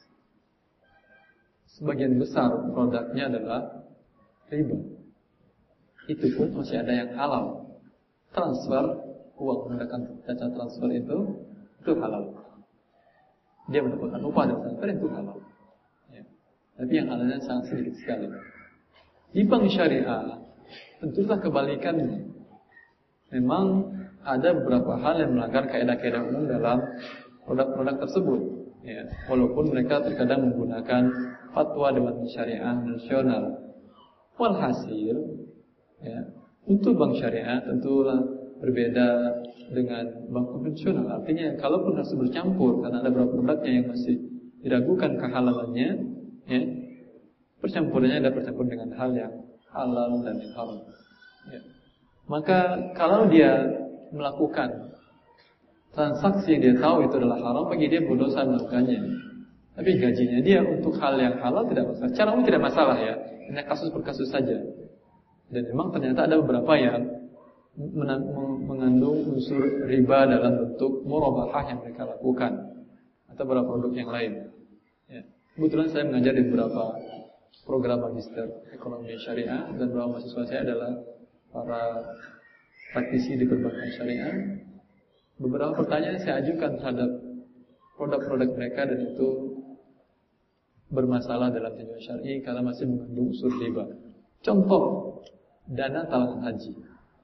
sebagian besar produknya adalah riba. Itu pun masih ada yang halal. Transfer uang menggunakan jasa transfer itu halal. Dia mendapatkan upah dari transfer itu halal. Ya. Tapi yang halalnya sangat sedikit sekali. Di bank syariah tentulah kebalikannya. Memang ada beberapa hal yang melanggar kaidah-kaidah umum dalam produk-produk tersebut. Ya. Walaupun mereka terkadang menggunakan fatwa Dewan Syariah Nasional. Walhasil, ya, untuk bank syariah tentulah berbeda dengan bank konvensional. Artinya, kalaupun harus bercampur karena ada beberapa produknya yang masih diragukan kehalalannya, ya, percampurannya ada percampur dengan hal yang halal dan yang haram. Ya. Maka kalau dia melakukan transaksi yang dia tahu itu adalah haram, bagi dia berdosa melakukannya. Tapi gajinya dia untuk hal yang halal tidak masalah. Secara umum tidak masalah ya. Hanya kasus per kasus saja. Dan memang ternyata ada beberapa yang mengandung unsur riba dalam bentuk murabahah yang mereka lakukan atau beberapa produk yang lain. Ya. Kebetulan saya mengajar di beberapa program magister ekonomi syariah dan beberapa mahasiswa saya adalah para praktisi di perbankan syariah. Beberapa pertanyaan saya ajukan terhadap produk-produk mereka dan itu bermasalah dalam tinjauan syar'i karena masih mengandung unsur riba. Contoh, dana talangan haji.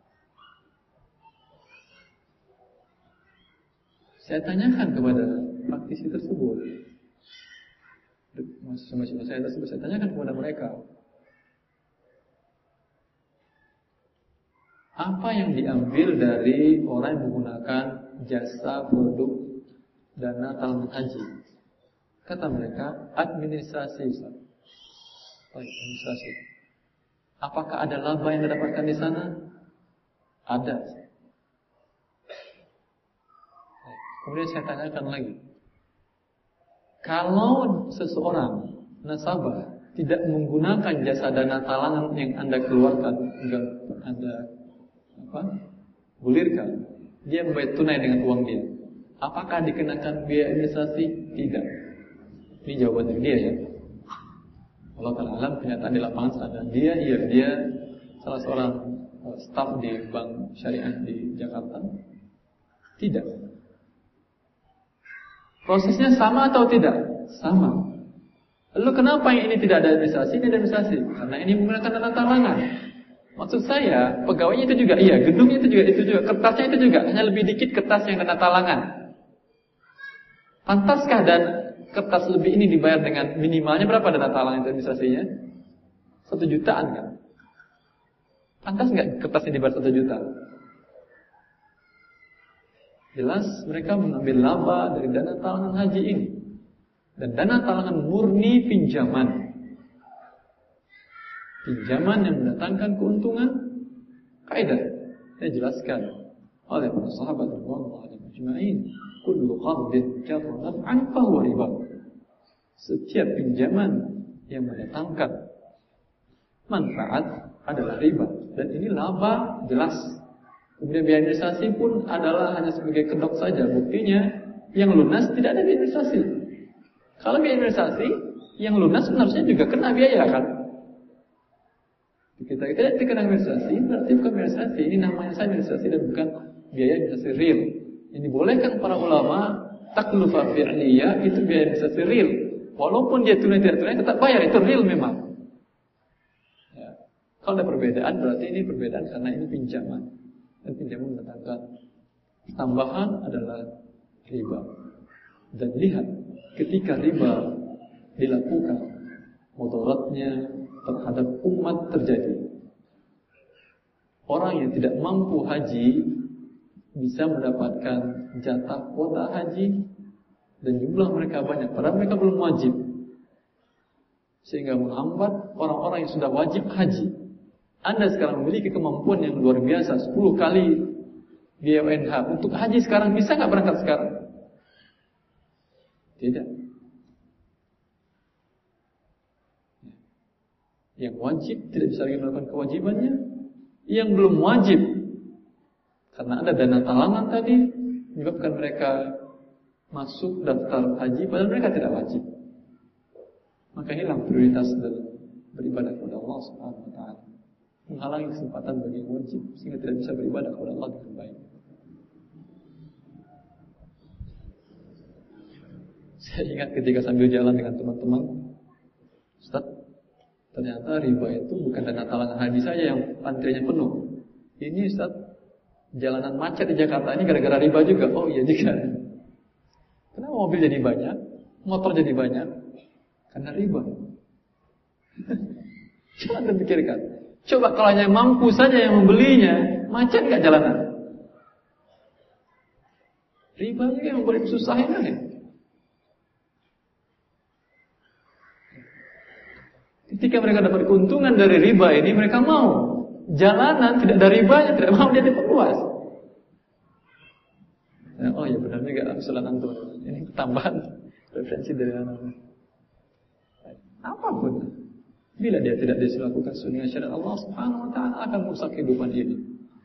Saya tanyakan kepada praktisi tersebut, mahasiswa saya tersebut, saya tanyakan kepada mereka, apa yang diambil dari orang yang menggunakan jasa produk dana talangan haji? Kata mereka, administrasi. Administrasi. Apakah ada laba yang didapatkan di sana? Ada. Kemudian saya tanyakan lagi, kalau seseorang nasabah tidak menggunakan jasa dana talangan yang Anda keluarkan, Anda gulirkan, dia membayar tunai dengan uang dia. Apakah dikenakan biaya administrasi? Tidak. Ini jawaban dari dia ya. Allah Ta'ala alam, kenyataan di lapangan ada dia salah seorang staf di bank syariah di Jakarta. Tidak. Prosesnya sama atau tidak? Sama. Lalu kenapa yang ini tidak ada administrasi, ini ada administrasi? Karena ini menggunakan dana talangan. Maksud saya, pegawainya itu juga, iya, gedungnya itu juga, kertasnya itu juga, hanya lebih dikit kertas yang dana talangan. Pantaskah dan kertas lebih ini dibayar dengan minimalnya berapa dana talangan itu administrasinya? 1 jutaan kan? Pantas nggak kertasnya dibayar 1 juta? Jelas mereka mengambil laba dari dana talangan haji ini. Dan dana talangan murni pinjaman. Pinjaman yang mendatangkan keuntungan. Kaidah saya jelaskan oleh para sahabat radhiyallahu anhum ajma'in, kullu qardin jarra naf'an fa huwa riba. Setiap pinjaman yang mendatangkan manfaat adalah riba. Dan ini laba jelas. Kemudian biaya administrasi pun adalah hanya sebagai kedok saja. Buktinya yang lunas tidak ada biaya administrasi. Kalau biaya administrasi, yang lunas harusnya juga kena biaya kan? Kita tidak dikena administrasi, berarti bukan administrasi. Ini namanya saya administrasi dan bukan biaya administrasi real. Ini bolehkan para ulama taklufah fi'liyah itu biaya administrasi real. Walaupun dia tunai tidak tunai tetap bayar, itu real memang. Ya. Kalau ada perbedaan berarti ini perbedaan karena ini pinjaman. Dan pinjaman mendatangkan tambahan adalah riba. Dan lihat ketika riba dilakukan, mudaratnya terhadap umat terjadi. Orang yang tidak mampu haji bisa mendapatkan jatah kuota haji dan jumlah mereka banyak, padahal mereka belum wajib, sehingga menghambat orang-orang yang sudah wajib haji. Anda sekarang memiliki kemampuan yang luar biasa, 10 kali biaya UNH untuk haji sekarang, bisa nggak berangkat sekarang? Tidak. Yang wajib tidak bisa lagi melakukan kewajibannya. Yang belum wajib, karena ada dana talangan tadi, menyebabkan mereka masuk daftar haji padahal mereka tidak wajib. Maka hilang prioritas dalam beribadah kepada Allah Subhanahu wa taala. Menghalangi kesempatan bagi yang wajib sehingga tidak bisa beribadah kepada Allah dengan baik. Saya ingat ketika sambil jalan dengan teman-teman, Ustaz, ternyata riba itu bukan dana talangan haji saja yang antriannya penuh. Ini Ustaz, jalanan macet di Jakarta ini gara-gara riba juga. Oh iya juga. Kenapa mobil jadi banyak, motor jadi banyak? Karena riba. Coba Anda pikirkan. Coba kalau hanya mampu saja yang membelinya, macet nggak jalanan? Riba juga yang membuat susah ini. Ketika mereka dapat keuntungan dari riba ini, mereka mau. Jalanan tidak ada ribanya, tidak mau dia diperluas. Oh ya benar juga usulan antum. Ini tambahan referensi dari anak. Apapun, bila dia tidak dilakukan sunnah syariat Allah Subhanahu wa taala akan merusak kehidupan ini.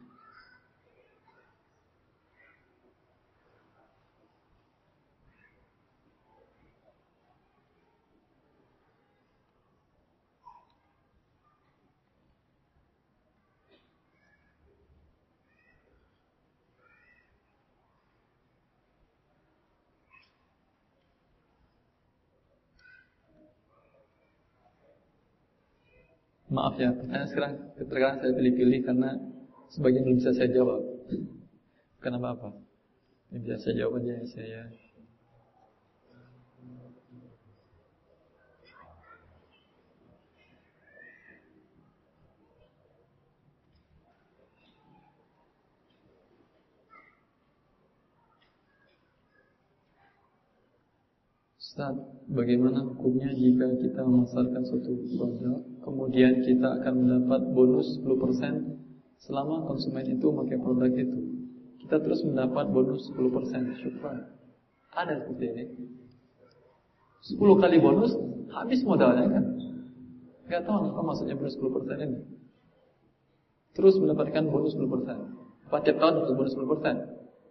Maaf ya, pertanyaan sekarang terkadang saya pilih-pilih karena sebagian belum bisa saya jawab. Kenapa apa? Ini bisa saya jawab aja saya. Ustaz, bagaimana hukumnya jika kita memasarkan suatu produk, kemudian kita akan mendapat bonus 10% selama konsumen itu memakai produk itu. Kita terus mendapat bonus 10%. Syukran. Ada seperti ini. 10 kali bonus, habis modalnya kan? Gak tahu apa maksudnya bonus 10% ini. Terus mendapatkan bonus 10%. Tiap tahun dapat bonus 10%.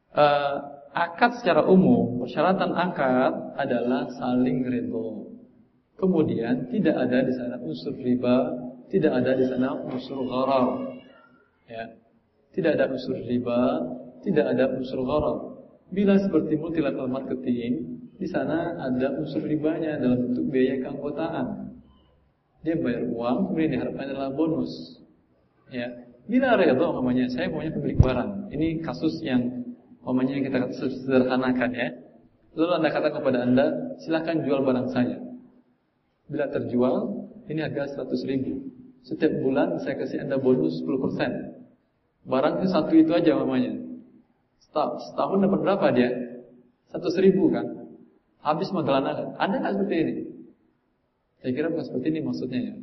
Akad secara umum, persyaratan akad adalah saling ridho. Kemudian tidak ada di sana unsur riba, tidak ada di sana unsur gharar. Ya. Tidak ada unsur riba, tidak ada unsur gharar. Bila seperti multilateral marketing, di sana ada unsur ribanya dalam bentuk biaya keanggotaan. Dia bayar uang, kemudian diharapkan adalah bonus. Ya. Bila ridho namanya, saya maunya pemilik barang. Ini kasus yang namanya yang kita sederhanakan ya. Lalu Anda katakan kepada Anda, silakan jual barang saya. Bila terjual, ini harga 100.000. Setiap bulan saya kasih Anda bonus 10%. Barang itu satu itu aja namanya. Setahun dapat berapa dia? 100.000 kan? Habis magelana. Ada nggak seperti ini? Saya kira bukan seperti ini maksudnya ya.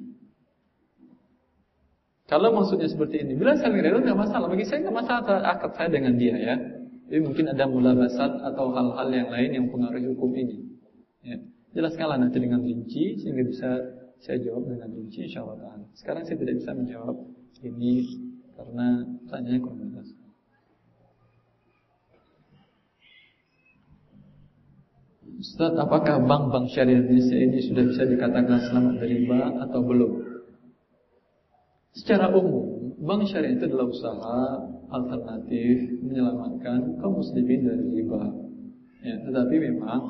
Kalau maksudnya seperti ini, bila saling ridho nggak masalah. Bagi saya nggak masalah akad saya dengan dia ya. Jadi mungkin ada mulabasat atau hal-hal yang lain yang mempengaruhi hukum ini. Ya. Jelaskanlah nanti dengan rinci sehingga bisa saya jawab dengan rinci insyaallah. Sekarang saya tidak bisa menjawab ini karena tanyanya kurang jelas. Ustaz, apakah bank-bank syariah Indonesia ini sudah bisa dikatakan selamat dari riba atau belum? Secara umum, bank syariah itu adalah usaha alternatif menyelamatkan kaum muslimin dari riba. Ya, tetapi memang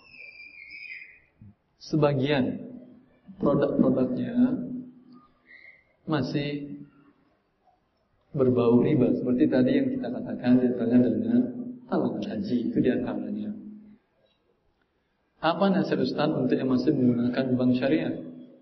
sebagian produk-produknya masih berbau riba, seperti tadi yang kita katakan diantaranya dengan talangan haji, itu diantaranya. Apa nasihat Ustaz untuk yang masih menggunakan bank syariah?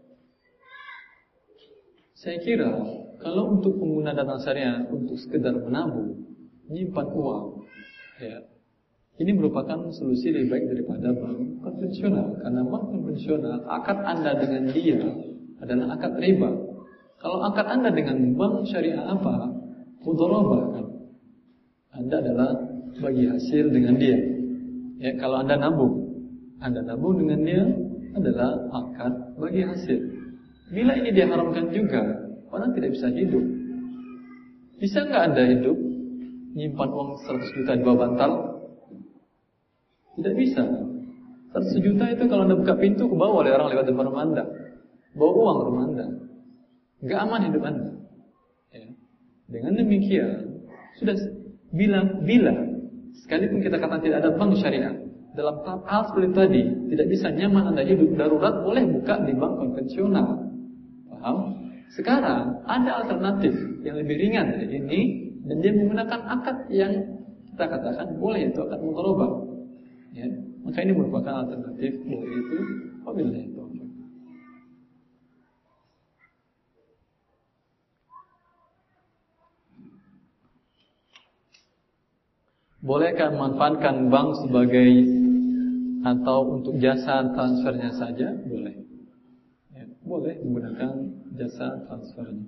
Saya kira kalau untuk pengguna dana syariah untuk sekedar menabung, menyimpan uang, ya, ini merupakan solusi lebih baik daripada bank konvensional. Karena bank konvensional, akad Anda dengan dia adalah akad riba. Kalau akad Anda dengan bank syariah apa? Mudharabah kan. Anda adalah bagi hasil dengan dia. Ya, kalau Anda nabung dengan dia adalah akad bagi hasil. Bila ini diharamkan juga, orang tidak bisa hidup. Bisa nggak Anda hidup nyimpan uang 100 juta di bawah bantal? Tidak bisa. 100 juta itu kalau Anda buka pintu ke bawah oleh orang lewat depan rumah Anda. Bawa uang ke rumah Anda. Nggak aman hidup Anda. Ya. Dengan demikian, sudah bila sekalipun kita katakan tidak ada bank syariah, dalam hal seperti tadi tidak bisa nyaman Anda hidup darurat, boleh buka di bank konvensional. Paham? Sekarang ada alternatif yang lebih ringan dari ini, dan dia menggunakan akad yang kita katakan boleh, itu akad mudharabah. Ya, maka ini merupakan alternatif dari itu. Wabillahi taufiq. Bolehkah memanfaatkan bank sebagai atau untuk jasa transfernya saja? Boleh. Ya, boleh menggunakan jasa transfernya.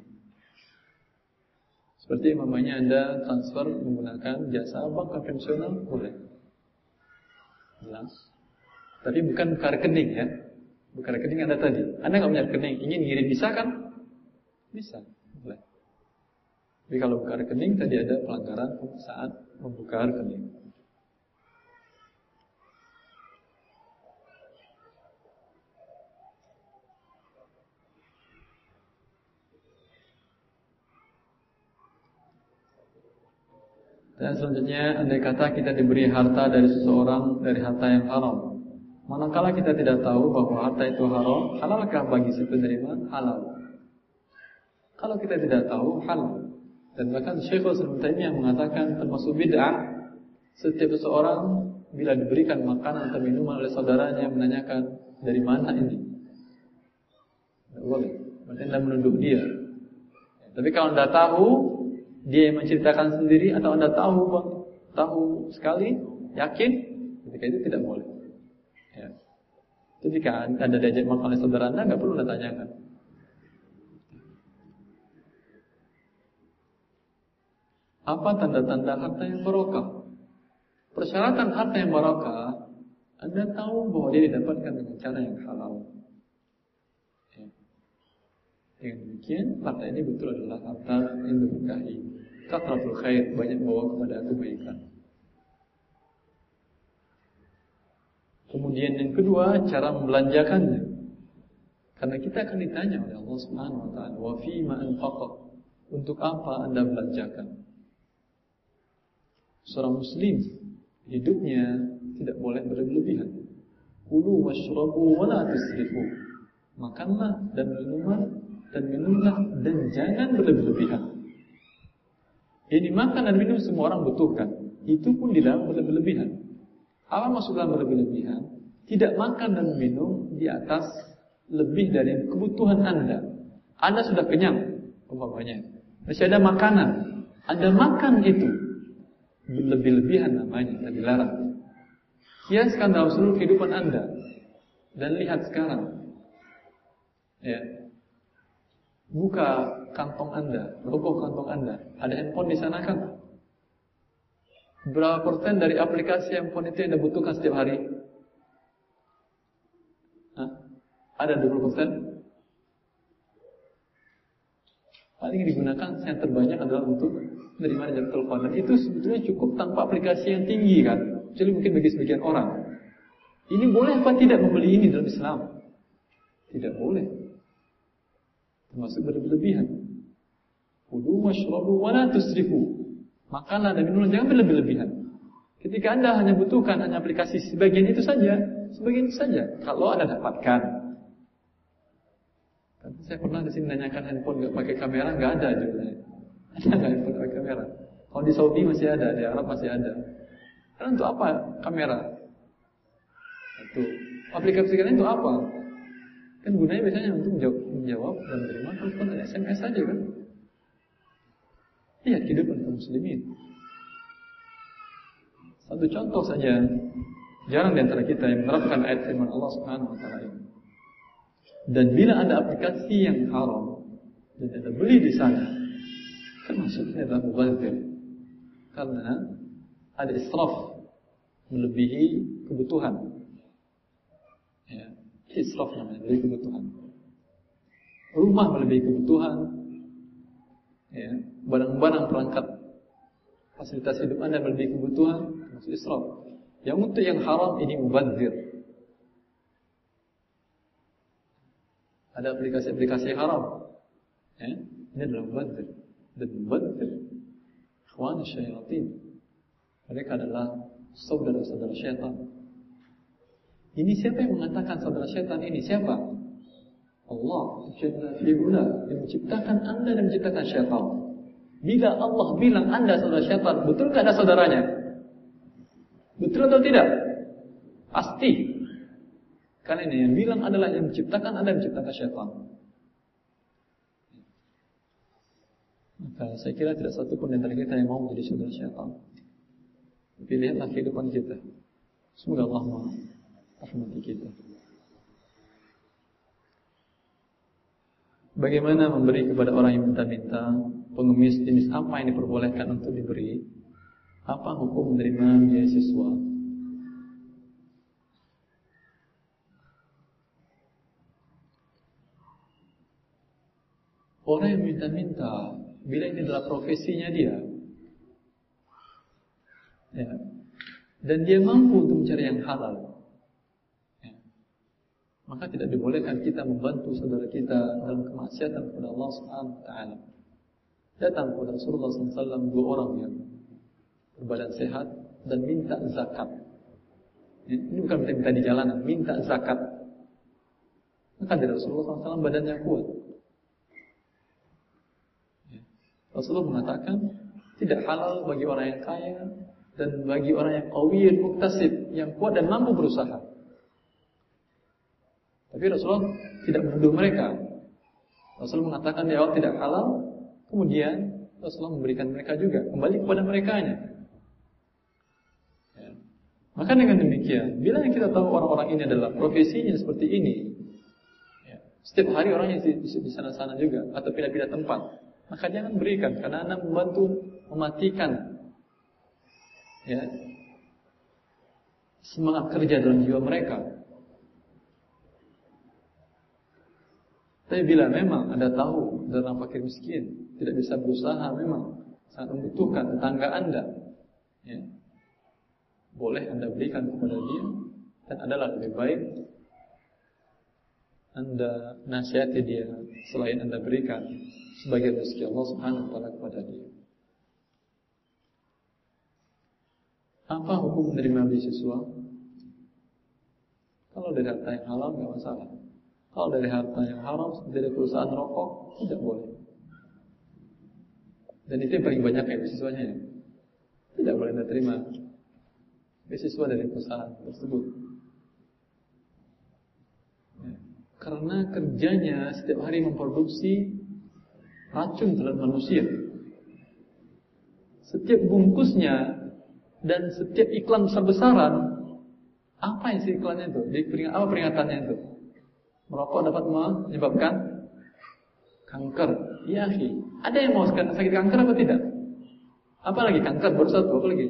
Seperti umpamanya Anda transfer menggunakan jasa bank konvensional, boleh. Jelas. Tapi bukan buka rekening ya. Buka rekening Anda tadi. Anda nggak punya rekening, ingin ngirim bisa kan? Bisa. Boleh. Tapi kalau buka rekening tadi ada pelanggaran saat membuka rekening. Dan selanjutnya, andai kata kita diberi harta dari seseorang dari harta yang haram, manakala kita tidak tahu bahwa harta itu haram, halalkah bagi si penerima? Halal. Kalau kita tidak tahu, halal. Dan bahkan Syekhul Islam Taimiyah mengatakan termasuk bid'ah setiap seseorang bila diberikan makanan atau minuman oleh saudaranya menanyakan dari mana ini. Tidak boleh. Berarti Anda menuduh dia. Tapi kalau Anda tahu, dia yang menceritakan sendiri, atau Anda tahu sekali, yakin, ketika itu tidak boleh. Ya. Ketika Anda diajak makan oleh saudara Anda, nggak perlu Anda tanyakan. Apa tanda-tanda harta yang barokah? Persyaratan harta yang barokah, Anda tahu bahwa dia didapatkan dengan cara yang halal. Ya. Dengan demikian, harta ini betul adalah harta yang diberkahi. Kathratul khair, banyak bawa kepada kebaikan. Kemudian yang kedua, cara membelanjakannya. Karena kita akan ditanya oleh Allah Subhanahu wa taala, "Wa fima anfaqta?" Untuk apa Anda belanjakan? Seorang muslim hidupnya tidak boleh berlebihan. Kulu washrabu wa la tusrifu. Makanlah dan minumlah dan jangan berlebihan. Ini makan dan minum semua orang butuhkan. Itu pun tidak berlebihan. Apa maksud dalam berlebihan? Tidak makan dan minum di atas lebih dari kebutuhan Anda. Anda sudah kenyang, umpamanya. Masih ada makanan. Anda makan itu berlebih-lebihan namanya, dan dilarang. Kiaskan dalam seluruh kehidupan Anda dan lihat sekarang. Ya. Buka kantong Anda, rogoh kantong Anda. Ada handphone di sana kan? Berapa persen dari aplikasi handphone itu yang Anda butuhkan setiap hari? Ada 20%? Paling yang digunakan yang terbanyak adalah untuk menerima jarak telepon. Dan itu sebetulnya cukup tanpa aplikasi yang tinggi kan? Jadi mungkin bagi sebagian orang. Ini boleh apa tidak membeli ini dalam Islam? Tidak boleh. Termasuk berlebihan. Kulu washrabu wa la tusrifu. Makanlah dan minumlah, jangan berlebihan. Ketika Anda hanya butuhkan hanya aplikasi sebagian itu saja. Kalau Anda dapatkan. Saya pernah di sini nanyakan handphone nggak pakai kamera, nggak ada juga. Ada nggak handphone pakai kamera? Kalau di Saudi masih ada, di Arab masih ada. Karena untuk apa kamera? Itu aplikasi kalian untuk apa? Kan gunanya biasanya untuk menjawab dan menerima telepon dan SMS saja kan? Lihat kehidupan kaum muslimin. Satu contoh saja, jarang di antara kita yang menerapkan ayat firman Allah Subhanahu wa taala ini. Dan bila ada aplikasi yang haram dan Anda beli di sana, kan maksudnya adalah mubazir. Karena ada israf, melebihi kebutuhan. Ya, israf namanya, melebihi kebutuhan. Rumah melebihi kebutuhan. Ya, barang-barang perangkat fasilitas hidup Anda melebihi kebutuhan, maksud israf. Yang untuk yang haram ini mubazir. Ada aplikasi-aplikasi haram. Ya, ini adalah mubazir. Dan mubazir ikhwan syaitan. Mereka adalah saudara-saudara syaitan. Ini siapa yang mengatakan saudara syaitan ini? Siapa? Allah Jalla fi'ula yang menciptakan Anda dan menciptakan syaitan. Bila Allah bilang Anda saudara syaitan, betulkah ada saudaranya? Betul atau tidak? Pasti. Karena ini yang bilang adalah yang menciptakan Anda, menciptakan syaitan. Maka saya kira tidak satu pun dari kita yang mau menjadi saudara syaitan. Tapi lihatlah kehidupan kita. Semoga Allah merahmati kita. Bagaimana memberi kepada orang yang minta-minta? Pengemis jenis apa yang diperbolehkan untuk diberi? Apa hukum menerima beasiswa? Orang yang minta-minta, bila ini adalah profesinya dia, ya, dan dia mampu untuk mencari yang halal, ya, maka tidak dibolehkan kita membantu saudara kita dalam kemaksiatan kepada Allah Subhanahu wa taala. Datang kepada Rasulullah SAW dua orang yang berbadan sehat dan minta zakat. Ya, ini bukan minta di jalanan, minta zakat. Maka dari Rasulullah SAW badannya kuat. Rasulullah mengatakan tidak halal bagi orang yang kaya dan bagi orang yang qawiyun muktasib, yang kuat dan mampu berusaha. Tapi Rasulullah tidak menuduh mereka. Rasulullah mengatakan di awal tidak halal, kemudian Rasulullah memberikan mereka juga, kembali kepada merekanya. Ya. Maka dengan demikian, bila kita tahu orang-orang ini adalah profesinya seperti ini, ya, setiap hari orangnya di sana-sana juga atau pindah-pindah tempat, maka jangan berikan, karena Anda membantu mematikan, ya, semangat kerja dalam jiwa mereka. Tapi bila memang Anda tahu dalam fakir miskin tidak bisa berusaha, memang sangat membutuhkan tetangga Anda, ya, boleh Anda berikan kepada dia Dan adalah lebih baik Anda nasihati dia selain Anda berikan sebagai rezeki Allah Subhanahu wa taala kepada dia. Apa hukum menerima beasiswa? Kalau dari harta yang halal nggak masalah. Kalau dari harta yang haram seperti dari perusahaan rokok tidak boleh. Dan itu yang paling banyak ya beasiswanya ya. Tidak boleh Anda terima beasiswa dari perusahaan tersebut. Ya. Karena kerjanya setiap hari memproduksi racun terhadap manusia. Setiap bungkusnya dan setiap iklan besar-besaran, apa isi iklannya itu? Apa peringatannya itu? Merokok dapat menyebabkan kanker. Ya, ada yang mau sakit kanker apa tidak? Apalagi kanker baru satu, apa lagi?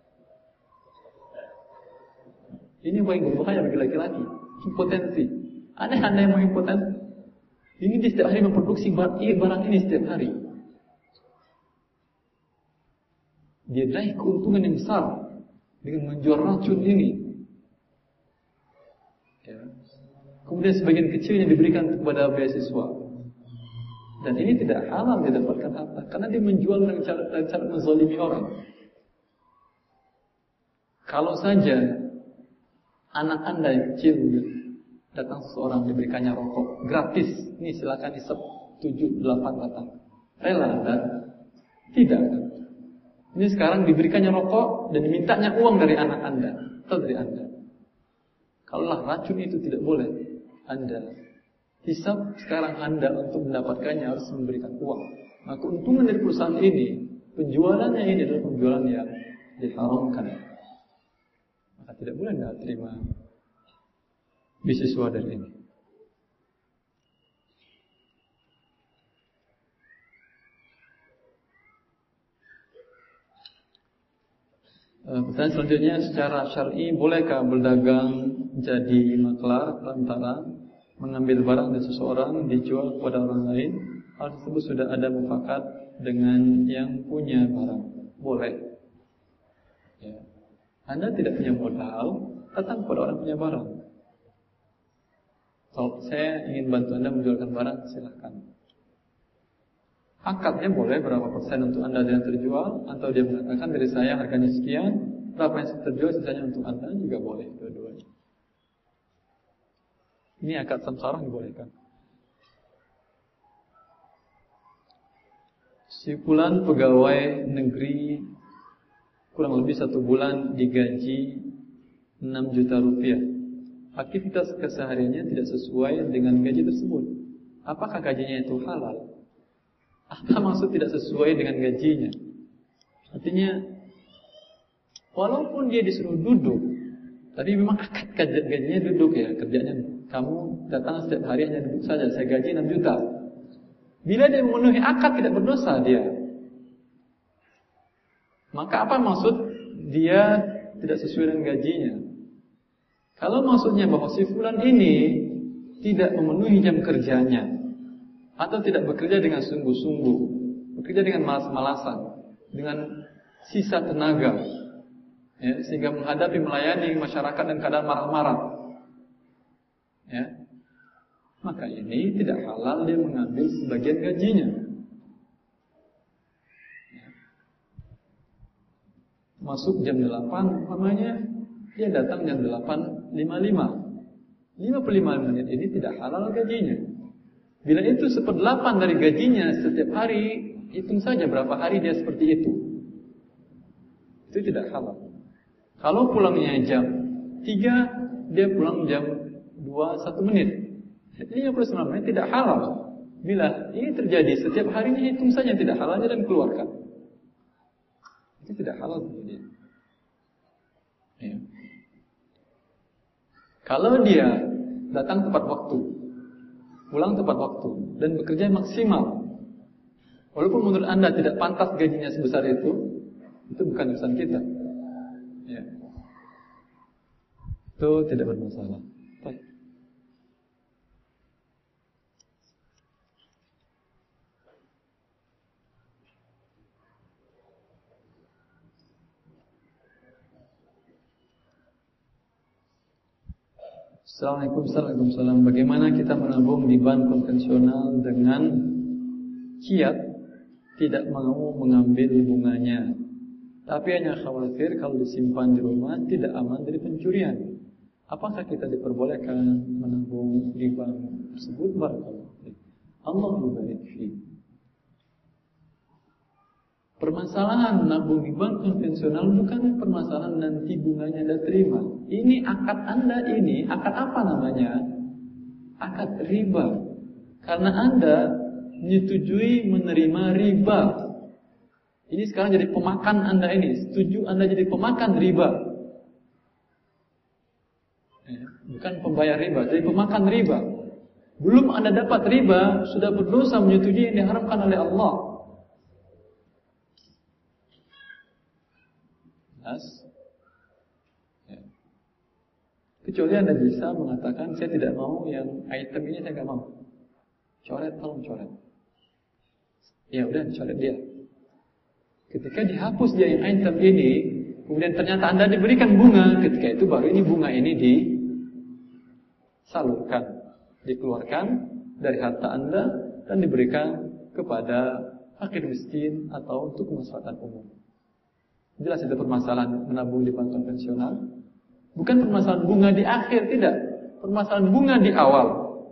Ini paling berbahaya bagi laki-laki. Impotensi. Ada yang mau impoten? Ini di setiap hari memproduksi barang ini setiap hari. Dia raih keuntungan yang besar dengan menjual racun ini. Ya. Kemudian sebagian kecilnya diberikan kepada beasiswa. Dan ini tidak halal didapatkan harta, karena dia menjual dengan cara menzalimi orang. Kalau saja anak Anda yang kecil datang seseorang diberikannya rokok gratis, ini silakan isep 7, 8 batang. Rela Anda? Tidak kan? Ini sekarang diberikannya rokok dan dimintanya uang dari anak Anda atau dari Anda. Kalaulah racun itu tidak boleh Anda hisab, sekarang Anda untuk mendapatkannya harus memberikan uang. Nah, keuntungan dari perusahaan ini, penjualannya ini adalah penjualan yang diharamkan. Maka tidak boleh Anda terima beasiswa dari ini. Pertanyaan selanjutnya, secara syar'i bolehkah berdagang jadi maklar antara mengambil barang dari seseorang dijual kepada orang lain? Hal tersebut sudah ada mufakat dengan yang punya barang. Boleh. Ya. Anda tidak punya modal, datang kepada orang punya barang. Kalau saya ingin bantu Anda menjualkan barang, silakan. Akadnya boleh berapa persen untuk Anda yang terjual, atau dia mengatakan dari saya harganya sekian, berapa yang terjual sisanya untuk Anda, juga boleh dua-duanya. Ini akad samsara dibolehkan. Si fulan pegawai negeri kurang lebih 1 bulan digaji 6 juta rupiah. Aktivitas kesehariannya tidak sesuai dengan gaji tersebut. Apakah gajinya itu halal? Apa maksud tidak sesuai dengan gajinya? Artinya, walaupun dia disuruh duduk, tapi memang akad gajinya duduk ya, kerjanya. Kamu datang setiap hari hanya duduk saja, saya gaji 6 juta. Bila dia memenuhi akad tidak berdosa dia. Maka apa maksud dia tidak sesuai dengan gajinya? Kalau maksudnya bahwa si fulan ini tidak memenuhi jam kerjanya, atau tidak bekerja dengan sungguh-sungguh, bekerja dengan malas-malasan, dengan sisa tenaga, ya, sehingga menghadapi melayani masyarakat dan keadaan marah-marah, ya, maka ini tidak halal dia mengambil sebagian gajinya. Ya. Masuk jam 8, namanya dia datang jam 8.55, 55 menit ini tidak halal gajinya. Bila itu 1/8 dari gajinya setiap hari, hitung saja berapa hari dia seperti itu. Itu tidak halal. Kalau pulangnya jam 3, dia pulang jam 2, 1 menit. 59 menit tidak halal. Bila ini terjadi setiap harinya, hitung saja tidak halalnya dan keluarkan. Itu tidak halal dia. Ya. Kalau dia datang tepat waktu, pulang tepat waktu, dan bekerja maksimal, walaupun menurut Anda tidak pantas gajinya sebesar itu bukan urusan kita. Ya. Itu tidak bermasalah. Baik. Assalamualaikum warahmatullahi wabarakatuh. Bagaimana kita menabung di bank konvensional dengan kiat tidak mau mengambil bunganya, tapi hanya khawatir kalau disimpan di rumah tidak aman dari pencurian? Apakah kita diperbolehkan menabung di bank tersebut? Barakallahu fiik. Allah yubarik fiik. Permasalahan menabung di bank konvensional bukan permasalahan nanti bunganya Anda terima. Ini akad Anda ini, akad apa namanya? Akad riba. Karena Anda menyetujui menerima riba. Ini sekarang jadi pemakan Anda ini. Setuju Anda jadi pemakan riba. Bukan pembayar riba, jadi pemakan riba. Belum Anda dapat riba, sudah berdosa menyetujui yang diharamkan oleh Allah. Kecuali Anda bisa mengatakan saya tidak mau yang item ini, saya tidak mau. Coret, tolong coret. Ya udah, coret dia. Ketika dihapus dia yang item ini, kemudian ternyata Anda diberikan bunga, ketika itu baru ini bunga ini disalurkan, dikeluarkan dari harta Anda dan diberikan kepada fakir miskin atau untuk kemaslahatan umum. Jelas itu permasalahan menabung di bank konvensional. Bukan permasalahan bunga di akhir, tidak. Permasalahan bunga di awal.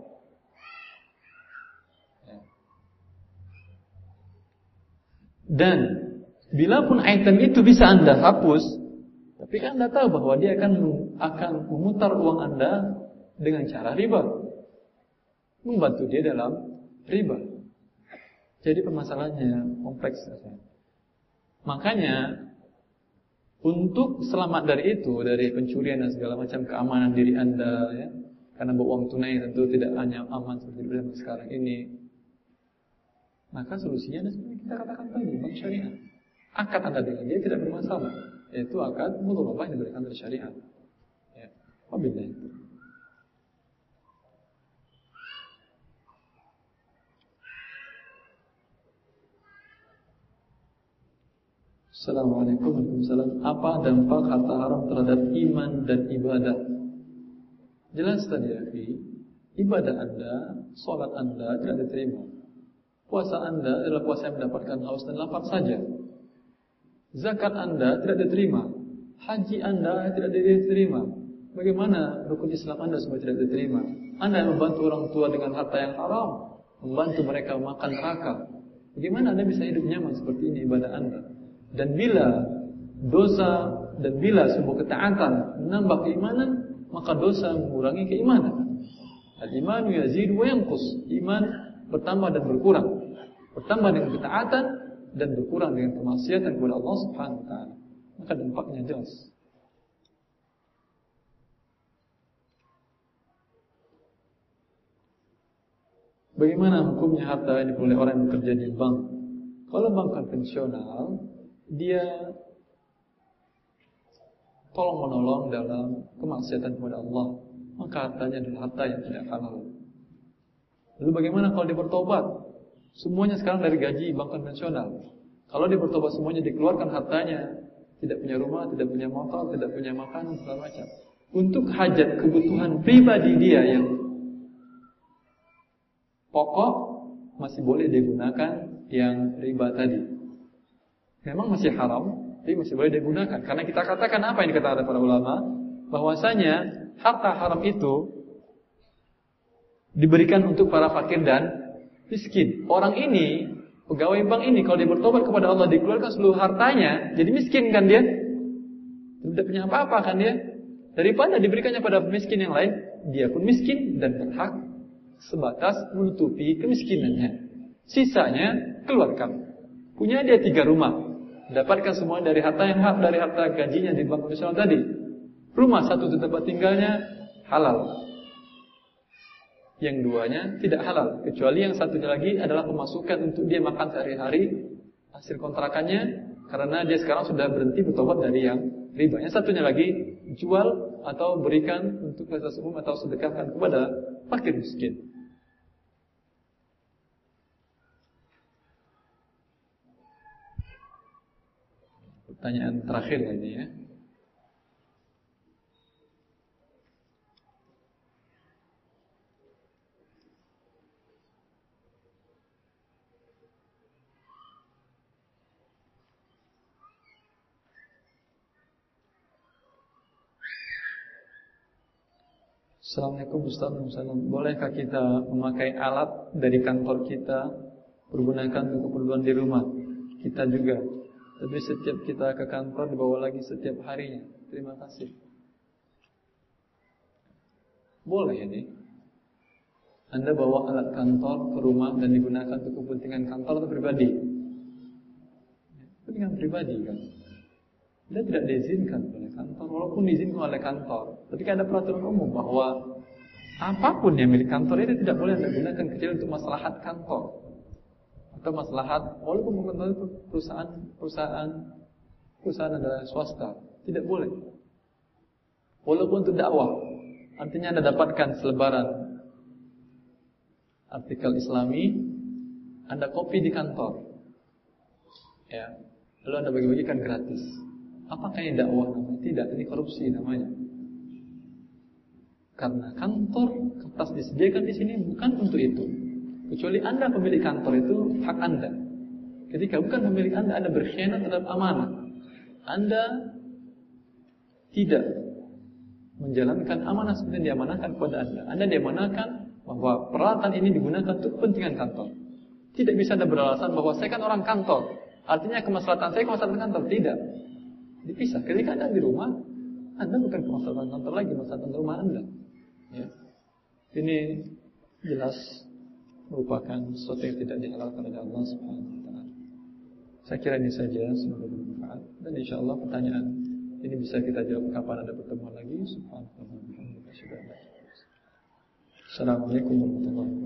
Dan bila pun item itu bisa Anda hapus, tapi kan Anda tahu bahwa dia akan memutar uang Anda dengan cara riba, membantu dia dalam riba. Jadi permasalahannya kompleks. Makanya untuk selamat dari itu, dari pencurian dan segala macam keamanan diri Anda, ya, karena bawa uang tunai tentu tidak hanya aman seperti zaman sekarang ini. Maka solusinya adalah seperti kita katakan tadi, bank syariah. Akad Anda dengan dia tidak bermasalah, yaitu akad mudharabah yang diberikan dari syariat. Ya, wabillahi itu. Assalamualaikum warahmatullahi wabarakatuh. Apa dampak harta haram terhadap iman dan ibadah? Jelas tadi ya, ibadah Anda, sholat Anda tidak diterima. Puasa Anda adalah puasa yang mendapatkan haus dan lapar saja. Zakat Anda tidak diterima. Haji Anda tidak diterima. Bagaimana rukun Islam Anda semua tidak diterima? Anda membantu orang tua dengan harta yang haram, membantu mereka makan neraka. Bagaimana Anda bisa hidup nyaman seperti ini ibadah Anda? Dan bila dosa dan bila sebuah ketaatan menambah keimanan, maka dosa mengurangi keimanan. Al-imanu yazidu wa yanqus. Iman bertambah dan berkurang. Bertambah dengan ketaatan dan berkurang dengan kemaksiatan kepada Allah Subhanahu wa taala. Maka dampaknya jelas. Bagaimana hukumnya harta yang diperoleh orang yang bekerja di bank? Kalau bank konvensional, dia tolong-menolong dalam kemaksiatan kepada Allah, maka hartanya adalah harta yang tidak halal. Lalu bagaimana kalau dia bertobat? Semuanya sekarang dari gaji bank konvensional. Kalau dia bertobat semuanya dikeluarkan hartanya, tidak punya rumah, tidak punya motor, tidak punya makanan, segala macam. Untuk hajat kebutuhan pribadi dia yang pokok masih boleh digunakan yang riba tadi. Memang masih haram, tapi masih boleh digunakan. Karena kita katakan apa yang dikatakan para ulama, bahwasanya harta haram itu diberikan untuk para fakir dan miskin. Orang ini, pegawai bank ini, kalau dia bertobat kepada Allah, dikeluarkan seluruh hartanya, jadi miskin kan dia? Tidak punya apa-apa kan dia? Daripada diberikannya pada miskin yang lain, dia pun miskin dan berhak sebatas menutupi kemiskinannya. Sisanya keluarkan. Punya dia 3 rumah. Dapatkan semua dari harta yang hak, dari harta gajinya di bank konvensional tadi. Rumah 1 tempat tinggalnya halal. Yang 2-nya tidak halal. Kecuali yang 1-nya lagi adalah pemasukan untuk dia makan sehari-hari hasil kontrakannya. Karena dia sekarang sudah berhenti bertobat dari yang riba. Yang 1-nya lagi jual atau berikan untuk fasilitas umum atau sedekahkan kepada fakir miskin. Pertanyaan terakhir ini ya. Assalamualaikum Ustaz. Bolehkah kita memakai alat dari kantor kita, pergunakan untuk keperluan di rumah kita juga, tapi setiap kita ke kantor dibawa lagi setiap harinya? Terima kasih. Boleh ini. Anda bawa alat kantor ke rumah dan digunakan untuk kepentingan kantor atau pribadi? Kepentingan pribadi kan. Anda tidak diizinkan oleh kantor, walaupun diizinkan oleh kantor. Ketika ada peraturan umum bahwa apapun yang milik kantor itu tidak boleh Anda gunakan kecuali untuk maslahat kantor atau maslahat, walaupun kantor itu perusahaan adalah swasta, tidak boleh. Walaupun untuk dakwah, artinya Anda dapatkan selebaran artikel Islami, Anda copy di kantor, ya, lalu Anda bagi-bagikan gratis. Apakah ini dakwah namanya? Tidak, ini korupsi namanya. Karena kantor kertas disediakan di sini bukan untuk itu. Kecuali Anda pemilik kantor, itu hak Anda. Ketika bukan pemilik Anda berkhianat terhadap amanah. Anda tidak menjalankan amanah seperti yang diamanahkan kepada Anda. Anda diamanahkan bahwa peralatan ini digunakan untuk kepentingan kantor. Tidak bisa Anda beralasan bahwa saya kan orang kantor, artinya kemaslahatan saya kemaslahatan kantor. Tidak. Dipisah. Ketika Anda di rumah, Anda bukan kemaslahatan kantor lagi, kemaslahatan rumah Anda. Ya. Ini jelas merupakan sesuatu yang tidak dihalalkan oleh Allah Subhanahu wa taala. Saya kira ini saja, semoga bermanfaat, dan insyaallah pertanyaan ini bisa kita jawab kapan ada pertemuan lagi. Subhanallah. Assalamualaikum warahmatullahi wabarakatuh.